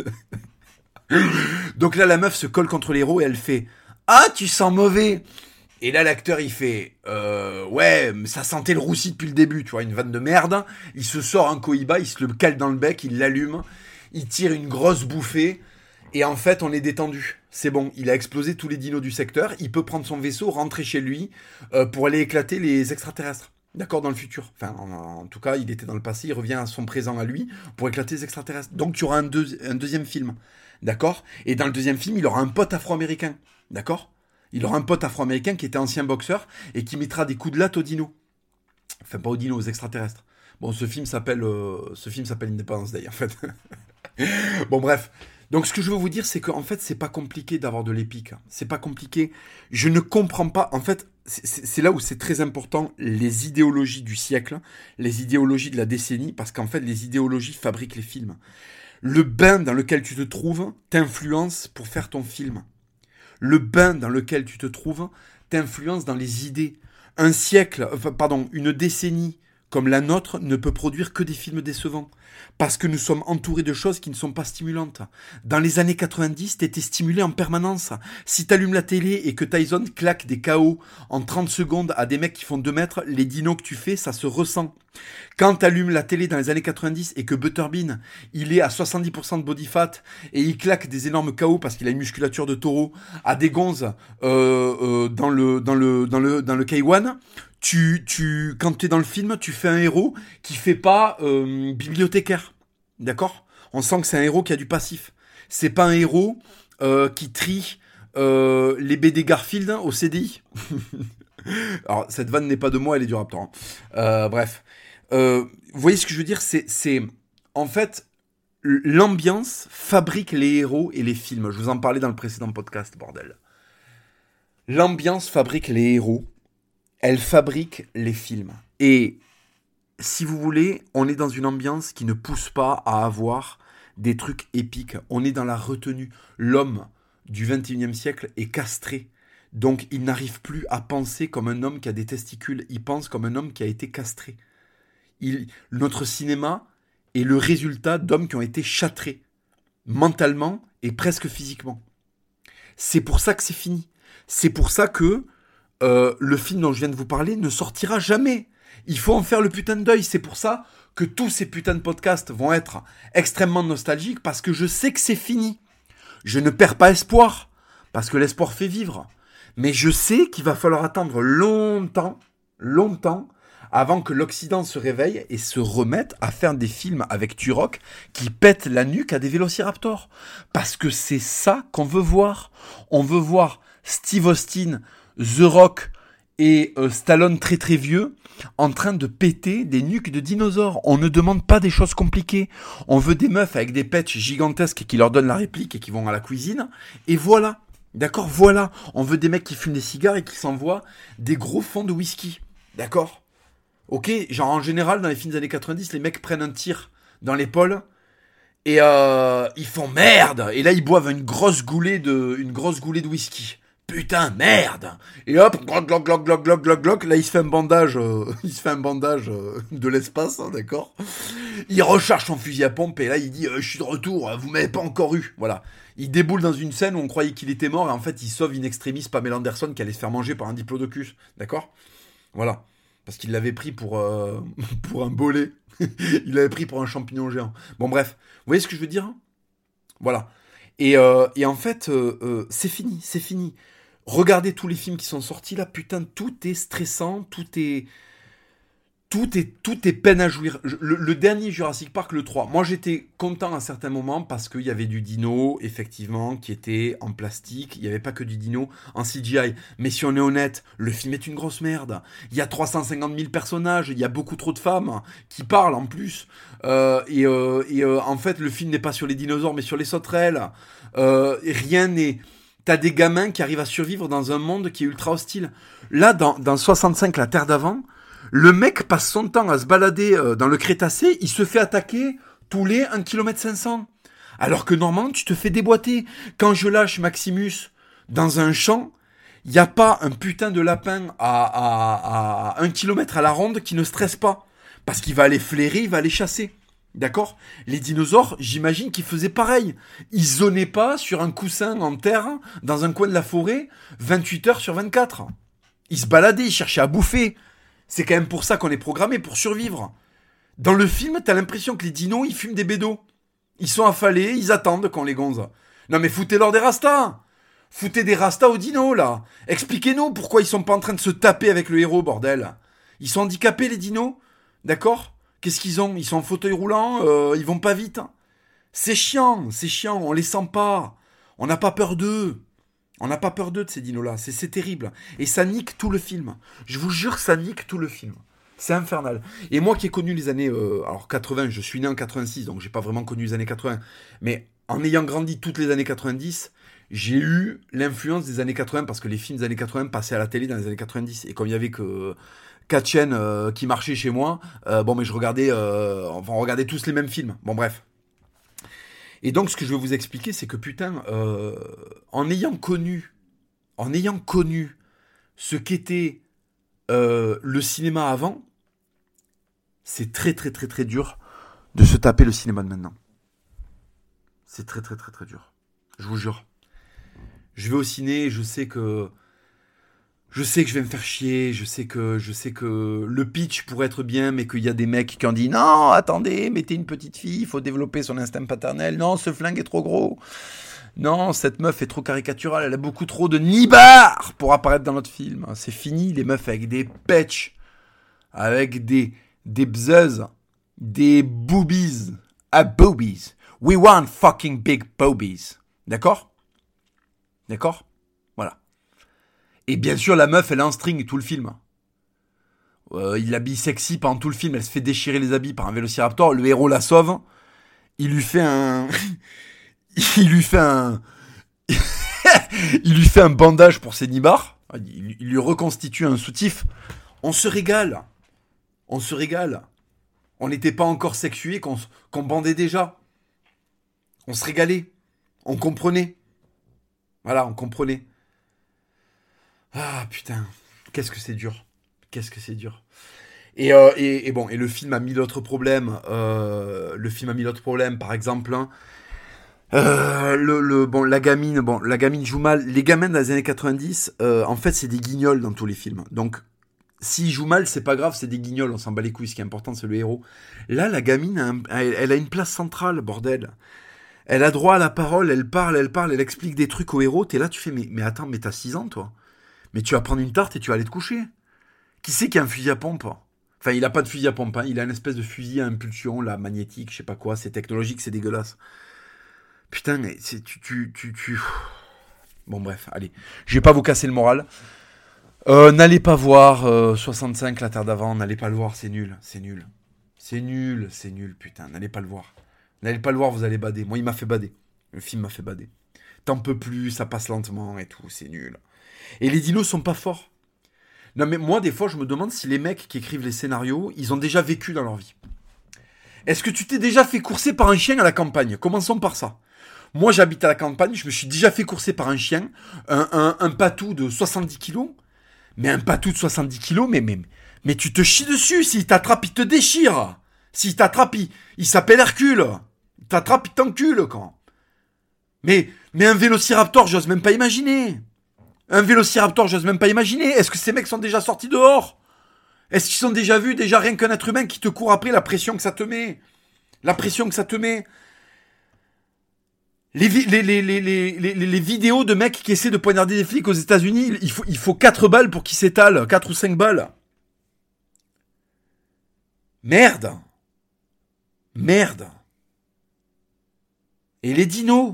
Donc là, la meuf se colle contre l'héros et elle fait « Ah, tu sens mauvais !» Et là, l'acteur, il fait euh, « Ouais, mais ça sentait le roussi depuis le début, tu vois, une vanne de merde. » Il se sort un Cohiba, il se le cale dans le bec, il l'allume, il tire une grosse bouffée. Et en fait, on est détendu. C'est bon, il a explosé tous les dinos du secteur. Il peut prendre son vaisseau, rentrer chez lui euh, pour aller éclater les extraterrestres. D'accord, dans le futur. Enfin, en, en tout cas, il était dans le passé, il revient à son présent à lui pour éclater les extraterrestres. Donc, tu auras un, deux, un deuxième film. D'accord ? Et dans le deuxième film, il aura un pote afro-américain. D'accord ? Il aura un pote afro-américain qui était ancien boxeur et qui mettra des coups de latte aux dinos. Enfin, pas aux dinos, aux extraterrestres. Bon, ce film s'appelle, euh, ce film s'appelle Independence Day, en fait. Bon, bref. Donc, ce que je veux vous dire, c'est qu'en fait, c'est pas compliqué d'avoir de l'épique. C'est pas compliqué. Je ne comprends pas. En fait, c'est, c'est là où c'est très important les idéologies du siècle, les idéologies de la décennie, parce qu'en fait, les idéologies fabriquent les films. Le bain dans lequel tu te trouves t'influence pour faire ton film. Le bain dans lequel tu te trouves t'influence dans les idées. Un siècle, enfin, pardon, une décennie comme la nôtre ne peut produire que des films décevants. Parce que nous sommes entourés de choses qui ne sont pas stimulantes. Dans les années quatre-vingt-dix, t'étais stimulé en permanence. Si t'allumes la télé et que Tyson claque des K O en trente secondes à des mecs qui font deux mètres, les dinos que tu fais, ça se ressent. Quand t'allumes la télé dans les années quatre-vingt-dix et que Butterbean, il est à soixante-dix pour cent de body fat et il claque des énormes K O parce qu'il a une musculature de taureau à des gonzes euh, euh, dans le dans le dans le dans le K un, tu tu quand t'es dans le film, tu fais un héros qui fait pas euh, bibliothécaire, d'accord ? On sent que c'est un héros qui a du passif. C'est pas un héros euh, qui trie euh, les B D Garfield au C D I. Alors cette vanne n'est pas de moi, elle est du Raptor. Hein. Euh, bref, euh, vous voyez ce que je veux dire ? C'est c'est en fait l'ambiance fabrique les héros et les films. Je vous en parlais dans le précédent podcast, bordel. L'ambiance fabrique les héros. Elle fabrique les films. Et si vous voulez, on est dans une ambiance qui ne pousse pas à avoir des trucs épiques. On est dans la retenue. L'homme du vingt et unième siècle est castré. Donc il n'arrive plus à penser comme un homme qui a des testicules. Il pense comme un homme qui a été castré. Il, notre cinéma est le résultat d'hommes qui ont été châtrés. Mentalement et presque physiquement. C'est pour ça que c'est fini. C'est pour ça que Euh, le film dont je viens de vous parler ne sortira jamais. Il faut en faire le putain de deuil. C'est pour ça que tous ces putains de podcasts vont être extrêmement nostalgiques parce que je sais que c'est fini. Je ne perds pas espoir parce que l'espoir fait vivre. Mais je sais qu'il va falloir attendre longtemps, longtemps avant que l'Occident se réveille et se remette à faire des films avec Turok qui pètent la nuque à des vélociraptors. Parce que c'est ça qu'on veut voir. On veut voir Steve Austin, The Rock et euh, Stallone très très vieux en train de péter des nuques de dinosaures. On ne demande pas des choses compliquées. On veut des meufs avec des patchs gigantesques qui leur donnent la réplique et qui vont à la cuisine. Et voilà. D'accord, voilà. On veut des mecs qui fument des cigares et qui s'envoient des gros fonds de whisky. D'accord ? Ok, genre en général, dans les films des années quatre-vingt-dix, les mecs prennent un tir dans l'épaule et euh, ils font merde. Et là, ils boivent une grosse goulée de, une grosse goulée de whisky. putain, merde. Et hop, gloc, gloc, gloc, gloc, gloc, gloc, gloc, là il se fait un bandage, euh, il se fait un bandage euh, de l'espace, hein, d'accord. Il recharge son fusil à pompe et là il dit euh, je suis de retour, vous m'avez pas encore eu, voilà. Il déboule dans une scène où on croyait qu'il était mort et en fait il sauve in extremis Pamela Anderson qui allait se faire manger par un diplodocus, d'accord. Voilà, parce qu'il l'avait pris pour euh, pour un bolet, il l'avait pris pour un champignon géant. Bon bref, vous voyez ce que je veux dire, hein. Voilà. Et, euh, et en fait, euh, euh, c'est fini, c'est fini. Regardez tous les films qui sont sortis là, putain, tout est stressant, tout est... Tout est, tout est peine à jouir. Le, le dernier Jurassic Park, le trois, moi j'étais content à certains moments parce qu'il y avait du dino, effectivement, qui était en plastique. Il n'y avait pas que du dino en C G I. Mais si on est honnête, le film est une grosse merde. Il y a trois cent cinquante mille personnages, il y a beaucoup trop de femmes qui parlent en plus. Euh, et euh, et euh, en fait, le film n'est pas sur les dinosaures, mais sur les sauterelles. Euh, rien n'est... T'as des gamins qui arrivent à survivre dans un monde qui est ultra hostile. Là, dans, dans soixante-cinq, la Terre d'avant, le mec passe son temps à se balader euh, dans le Crétacé, il se fait attaquer tous les un virgule cinq kilomètres. Alors que normalement, tu te fais déboîter. Quand je lâche Maximus dans un champ, il n'y a pas un putain de lapin à, à, à un kilomètre à la ronde qui ne stresse pas. Parce qu'il va aller flairer, il va aller chasser. D'accord ? Les dinosaures, j'imagine qu'ils faisaient pareil. Ils zonaient pas sur un coussin en terre, dans un coin de la forêt, vingt-huit heures sur vingt-quatre. Ils se baladaient, ils cherchaient à bouffer. C'est quand même pour ça qu'on est programmé, pour survivre. Dans le film, t'as l'impression que les dinos, ils fument des bédos. Ils sont affalés, ils attendent qu'on les gonze. Non mais foutez-leur des rastas. Foutez des rastas aux dinos, là. Expliquez-nous pourquoi ils sont pas en train de se taper avec le héros, bordel. Ils sont handicapés, les dinos. D'accord ? Qu'est-ce qu'ils ont ? Ils sont en fauteuil roulant, euh, ils vont pas vite. C'est chiant, c'est chiant, on les sent pas. On n'a pas peur d'eux. On n'a pas peur d'eux, de ces dinos-là. C'est, c'est terrible. Et ça nique tout le film. Je vous jure, ça nique tout le film. C'est infernal. Et moi qui ai connu les années... Euh, alors quatre-vingts, je suis né en quatre-vingt-six, donc j'ai pas vraiment connu les années quatre-vingts. Mais en ayant grandi toutes les années quatre-vingt-dix, j'ai eu l'influence des années quatre-vingts, parce que les films des années quatre-vingts passaient à la télé dans les années quatre-vingt-dix. Et comme il y avait que quatre chaînes euh, qui marchaient chez moi, euh, bon, mais je regardais... Euh, enfin, on regardait tous les mêmes films. Bon, bref. Et donc, ce que je veux vous expliquer, c'est que, putain, euh, en ayant connu, en ayant connu ce qu'était euh, le cinéma avant, c'est très, très, très, très dur de se taper le cinéma de maintenant. C'est très, très, très, très dur. Je vous jure. Je vais au ciné, je sais que... Je sais que je vais me faire chier, je sais que je sais que le pitch pourrait être bien, mais qu'il y a des mecs qui ont dit « Non, attendez, mettez une petite fille, il faut développer son instinct paternel. Non, ce flingue est trop gros. Non, cette meuf est trop caricaturale, elle a beaucoup trop de nibards pour apparaître dans notre film. C'est fini, les meufs avec des petches, avec des, des bzeuses, des boobies. Ah, boobies. We want fucking big boobies. » D'accord ? D'accord ? Voilà. Et bien sûr, la meuf, elle est en string tout le film. Euh, il l'habille sexy pendant tout le film. Elle se fait déchirer les habits par un vélociraptor. Le héros la sauve. Il lui fait un... il lui fait un... il lui fait un bandage pour ses nibards. Il, il lui reconstitue un soutif. On se régale. On se régale. On n'était pas encore sexués qu'on, qu'on bandait déjà. On se régalait. On comprenait. Voilà, on comprenait. Ah putain, qu'est-ce que c'est dur. Qu'est-ce que c'est dur. Et, euh, et, et bon, et le film a mille autres problèmes. Euh, le film a mille autres problèmes, par exemple. Hein, euh, le, le, bon, la gamine, bon, la gamine joue mal. Les gamins dans les années quatre-vingt-dix, euh, en fait, c'est des guignols dans tous les films. Donc, s'ils jouent mal, c'est pas grave, c'est des guignols, on s'en bat les couilles. Ce qui est important, c'est le héros. Là, la gamine, a un, elle, elle a une place centrale, bordel. Elle a droit à la parole, elle parle, elle parle, elle explique des trucs au héros. T'es là, tu fais, mais, mais attends, mais t'as six ans, toi. Mais tu vas prendre une tarte et tu vas aller te coucher. Qui c'est qui a un fusil à pompe ? Enfin, il a pas de fusil à pompe, hein. Il a une espèce de fusil à impulsion, là, magnétique, je sais pas quoi. C'est technologique, c'est dégueulasse. Putain, mais c'est, tu, tu, tu, tu... Bon, bref, allez. Je vais pas vous casser le moral. Euh, n'allez pas voir euh, soixante-cinq, la Terre d'avant. N'allez pas le voir, c'est nul. C'est nul. C'est nul, c'est nul, putain. N'allez pas le voir. N'allez pas le voir, vous allez bader. Moi, il m'a fait bader. Le film m'a fait bader. T'en peux plus, ça passe lentement et tout, c'est nul. Et les dinos sont pas forts. Non mais moi des fois je me demande si les mecs qui écrivent les scénarios, ils ont déjà vécu dans leur vie. Est-ce que tu t'es déjà fait courser par un chien à la campagne ? Commençons par ça. Moi, j'habite à la campagne, je me suis déjà fait courser par un chien, un, un, un patou de soixante-dix kilos. Mais un patou de soixante-dix kilos, mais, mais, mais tu te chies dessus. S'il t'attrape, il te déchire. S'il t'attrape, il, il s'appelle Hercule. Il t'attrape, il t'encule, quand. Mais, mais un vélociraptor, j'ose même pas imaginer. Un vélociraptor, j'ose même pas imaginer. Est-ce que ces mecs sont déjà sortis dehors? Est-ce qu'ils sont déjà vus, déjà rien qu'un être humain qui te court après, la pression que ça te met? La pression que ça te met. Les, vi- les, les, les, les, les, les vidéos de mecs qui essaient de poignarder des flics aux États-Unis, il faut, il faut quatre balles pour qu'ils s'étalent. quatre ou cinq balles. Merde. Merde. Et les dinos?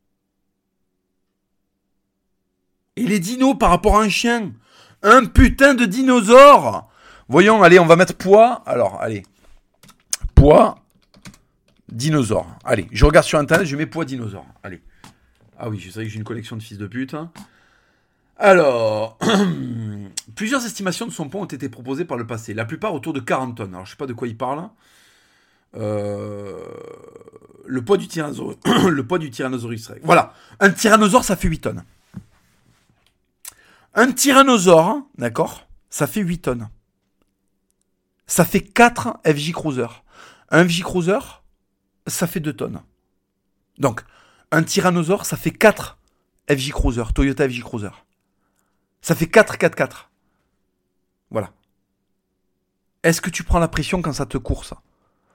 Et les dinos par rapport à un chien? Un putain de dinosaure. Voyons, allez, on va mettre poids. Alors, allez. Poids. Dinosaure. Allez, je regarde sur internet, je mets poids dinosaure. Allez. Ah oui, je sais que j'ai une collection de fils de pute. Hein. Alors, plusieurs estimations de son poids ont été proposées par le passé. La plupart autour de quarante tonnes. Alors, je sais pas de quoi il parle. Euh... Le poids du tyrannosaurus. Le poids du Tyrannosaurus Rex. Voilà. Un tyrannosaure, ça fait huit tonnes. Un tyrannosaure, d'accord, ça fait huit tonnes. Ça fait quatre F J Cruiser. Un F J Cruiser, ça fait deux tonnes. Donc, un tyrannosaure, ça fait quatre F J Cruiser, Toyota F J Cruiser. Ça fait quatre quatre-quatre. Voilà. Est-ce que tu prends la pression quand ça te court, ça?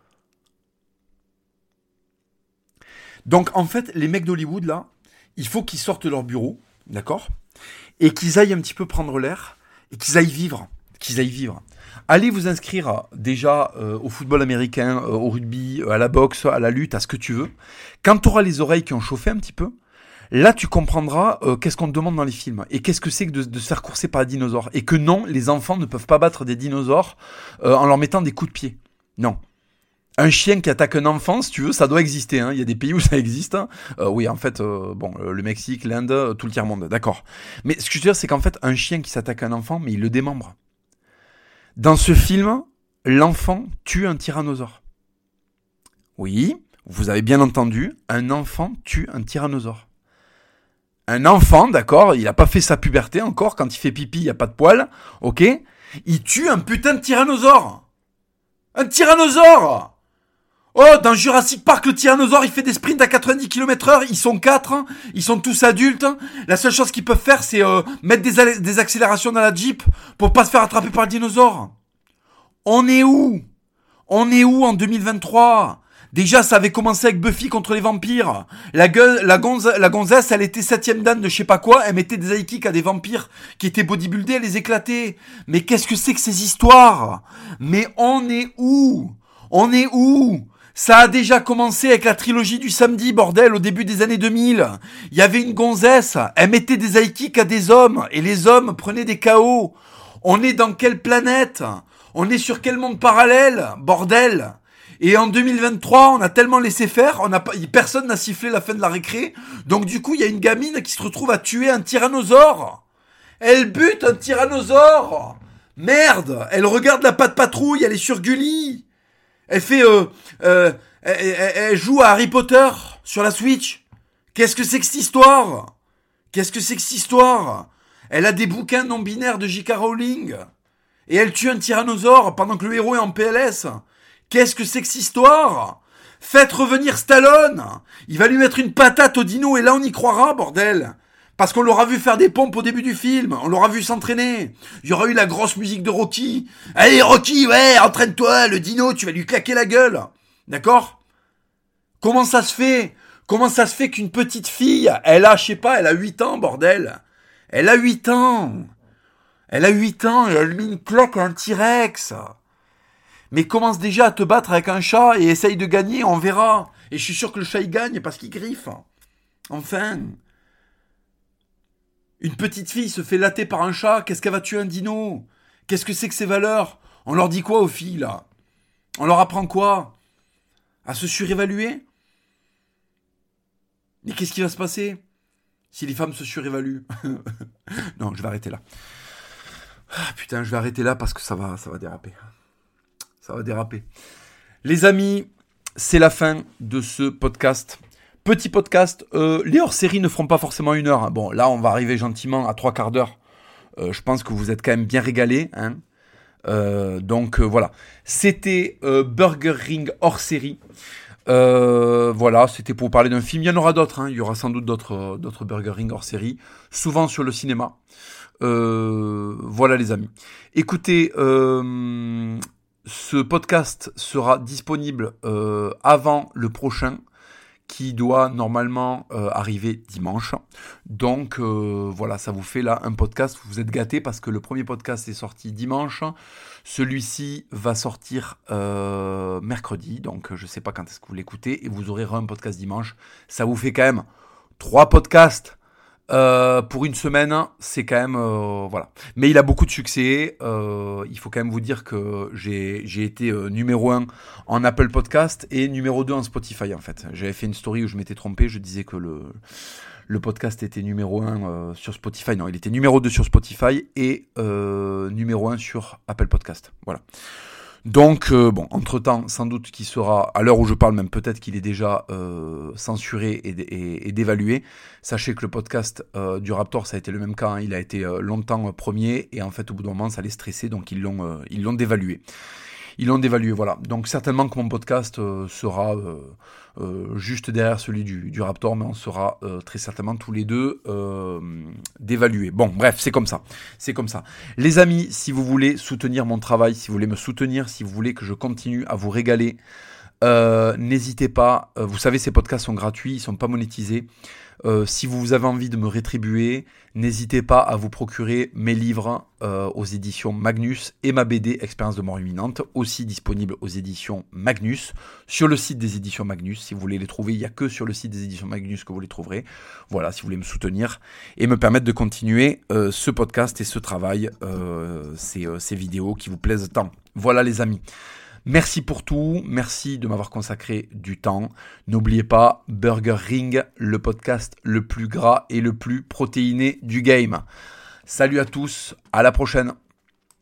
Donc, en fait, les mecs d'Hollywood, là, il faut qu'ils sortent de leur bureau, d'accord? Et qu'ils aillent un petit peu prendre l'air, et qu'ils aillent vivre. Qu'ils aillent vivre. Allez vous inscrire déjà euh, au football américain, euh, au rugby, euh, à la boxe, à la lutte, à ce que tu veux. Quand tu auras les oreilles qui ont chauffé un petit peu, là tu comprendras euh, qu'est-ce qu'on te demande dans les films. Et qu'est-ce que c'est que de, de se faire courser par des dinosaures. Et que non, les enfants ne peuvent pas battre des dinosaures euh, en leur mettant des coups de pied. Non. Un chien qui attaque un enfant, si tu veux, ça doit exister. Hein. Il y a des pays où ça existe. Hein. Euh, oui, en fait, euh, bon, le Mexique, l'Inde, tout le tiers-monde, d'accord. Mais ce que je veux dire, c'est qu'en fait, un chien qui s'attaque à un enfant, mais il le démembre. Dans ce film, l'enfant tue un tyrannosaure. Oui, vous avez bien entendu, un enfant tue un tyrannosaure. Un enfant, d'accord, il n'a pas fait sa puberté encore, quand il fait pipi, il n'y a pas de poils, ok? Il tue un putain de tyrannosaure. Un tyrannosaure! Oh, dans Jurassic Park, le tyrannosaure, il fait des sprints à quatre-vingt-dix kilomètres heure. Ils sont quatre, hein. Ils sont tous adultes. Hein. La seule chose qu'ils peuvent faire, c'est euh, mettre des, a- des accélérations dans la Jeep pour pas se faire attraper par le dinosaure. On est où? On est où en deux mille vingt-trois? Déjà, ça avait commencé avec Buffy contre les vampires. La gueule, la, gonze, la gonzesse, elle était septième dan de je sais pas quoi. Elle mettait des high kicks à des vampires qui étaient bodybuildés, elle les éclatait. Mais qu'est-ce que c'est que ces histoires? Mais on est où? On est où? Ça a déjà commencé avec la trilogie du samedi, bordel, au début des années deux mille. Il y avait une gonzesse, elle mettait des high kicks à des hommes, et les hommes prenaient des K O. On est dans quelle planète? On est sur quel monde parallèle, bordel? Et en deux mille vingt-trois, on a tellement laissé faire, on a pas, personne n'a sifflé la fin de la récré, donc du coup, il y a une gamine qui se retrouve à tuer un tyrannosaure. Elle bute un tyrannosaure. Merde, elle regarde la patte patrouille, elle est sur Gulli. Elle fait, euh, euh, elle, elle, elle joue à Harry Potter sur la Switch. Qu'est-ce que c'est que cette histoire? Qu'est-ce que c'est que cette histoire? Elle a des bouquins non binaires de J K Rowling. Et elle tue un tyrannosaure pendant que le héros est en P L S. Qu'est-ce que c'est que cette histoire? Faites revenir Stallone. Il va lui mettre une patate au dino et là on y croira, bordel. Parce qu'on l'aura vu faire des pompes au début du film. On l'aura vu s'entraîner. Il y aura eu la grosse musique de Rocky. Allez Rocky, ouais, entraîne-toi, le dino, tu vas lui claquer la gueule. D'accord? Comment ça se fait? Comment ça se fait qu'une petite fille, elle a, je sais pas, elle a huit ans, bordel. Elle a huit ans. Elle a huit ans et elle met une claque à un T-Rex. Mais commence déjà à te battre avec un chat et essaye de gagner, on verra. Et je suis sûr que le chat il gagne parce qu'il griffe. Enfin... Une petite fille se fait latter par un chat, qu'est-ce qu'elle va tuer un dino? Qu'est-ce que c'est que ces valeurs? On leur dit quoi aux filles, là? On leur apprend quoi? À se surévaluer? Mais qu'est-ce qui va se passer si les femmes se surévaluent? Non, je vais arrêter là. Ah, putain, je vais arrêter là parce que ça va, ça va déraper. Ça va déraper. Les amis, c'est la fin de ce podcast. Petit podcast, euh, les hors-séries ne feront pas forcément une heure. Hein. Bon, là, on va arriver gentiment à trois quarts d'heure. Euh, je pense que vous êtes quand même bien régalés. Hein. Euh, donc, euh, voilà. C'était euh, Burger Ring hors-série. Euh, voilà, c'était pour vous parler d'un film. Il y en aura d'autres. Hein. Il y aura sans doute d'autres, euh, d'autres Burger Ring hors-série. Souvent sur le cinéma. Euh, voilà, les amis. Écoutez... Euh, ce podcast sera disponible euh, avant le prochain qui doit normalement euh, arriver dimanche. Donc euh, voilà, ça vous fait là un podcast, vous êtes gâtés parce que le premier podcast est sorti dimanche. Celui-ci va sortir euh, mercredi, donc je ne sais pas quand est-ce que vous l'écoutez et vous aurez un podcast dimanche. Ça vous fait quand même trois podcasts. Euh, pour une semaine, c'est quand même euh, voilà. Mais il a beaucoup de succès. Euh, il faut quand même vous dire que j'ai j'ai été euh, numéro un en Apple Podcast et numéro deux en Spotify en fait. J'avais fait une story où je m'étais trompé. Je disais que le le podcast était numéro un euh, sur Spotify. Non, il était numéro deux sur Spotify et euh, numéro un sur Apple Podcast. Voilà. Donc, euh, bon, entre-temps, sans doute qu'il sera, à l'heure où je parle même, peut-être qu'il est déjà euh, censuré et, et, et dévalué. Sachez que le podcast euh, du Raptor, ça a été le même cas, hein. Il a été euh, longtemps euh, premier, et en fait, au bout d'un moment, ça les stressait, donc ils l'ont, euh, ils l'ont dévalué. Ils l'ont dévalué, voilà. Donc, certainement que mon podcast euh, sera euh, euh, juste derrière celui du, du Raptor, mais on sera euh, très certainement tous les deux euh, dévalués. Bon, bref, c'est comme ça. C'est comme ça. Les amis, si vous voulez soutenir mon travail, si vous voulez me soutenir, si vous voulez que je continue à vous régaler, euh, n'hésitez pas. Euh, vous savez, ces podcasts sont gratuits, ils sont pas monétisés. Euh, si vous avez envie de me rétribuer, n'hésitez pas à vous procurer mes livres euh, aux éditions Magnus et ma B D Expérience de mort imminente, aussi disponible aux éditions Magnus, sur le site des éditions Magnus. Si vous voulez les trouver, il n'y a que sur le site des éditions Magnus que vous les trouverez. Voilà, si vous voulez me soutenir et me permettre de continuer euh, ce podcast et ce travail, euh, ces, euh, ces vidéos qui vous plaisent tant. Voilà les amis. Merci pour tout, merci de m'avoir consacré du temps. N'oubliez pas, Burger Ring, le podcast le plus gras et le plus protéiné du game. Salut à tous, à la prochaine.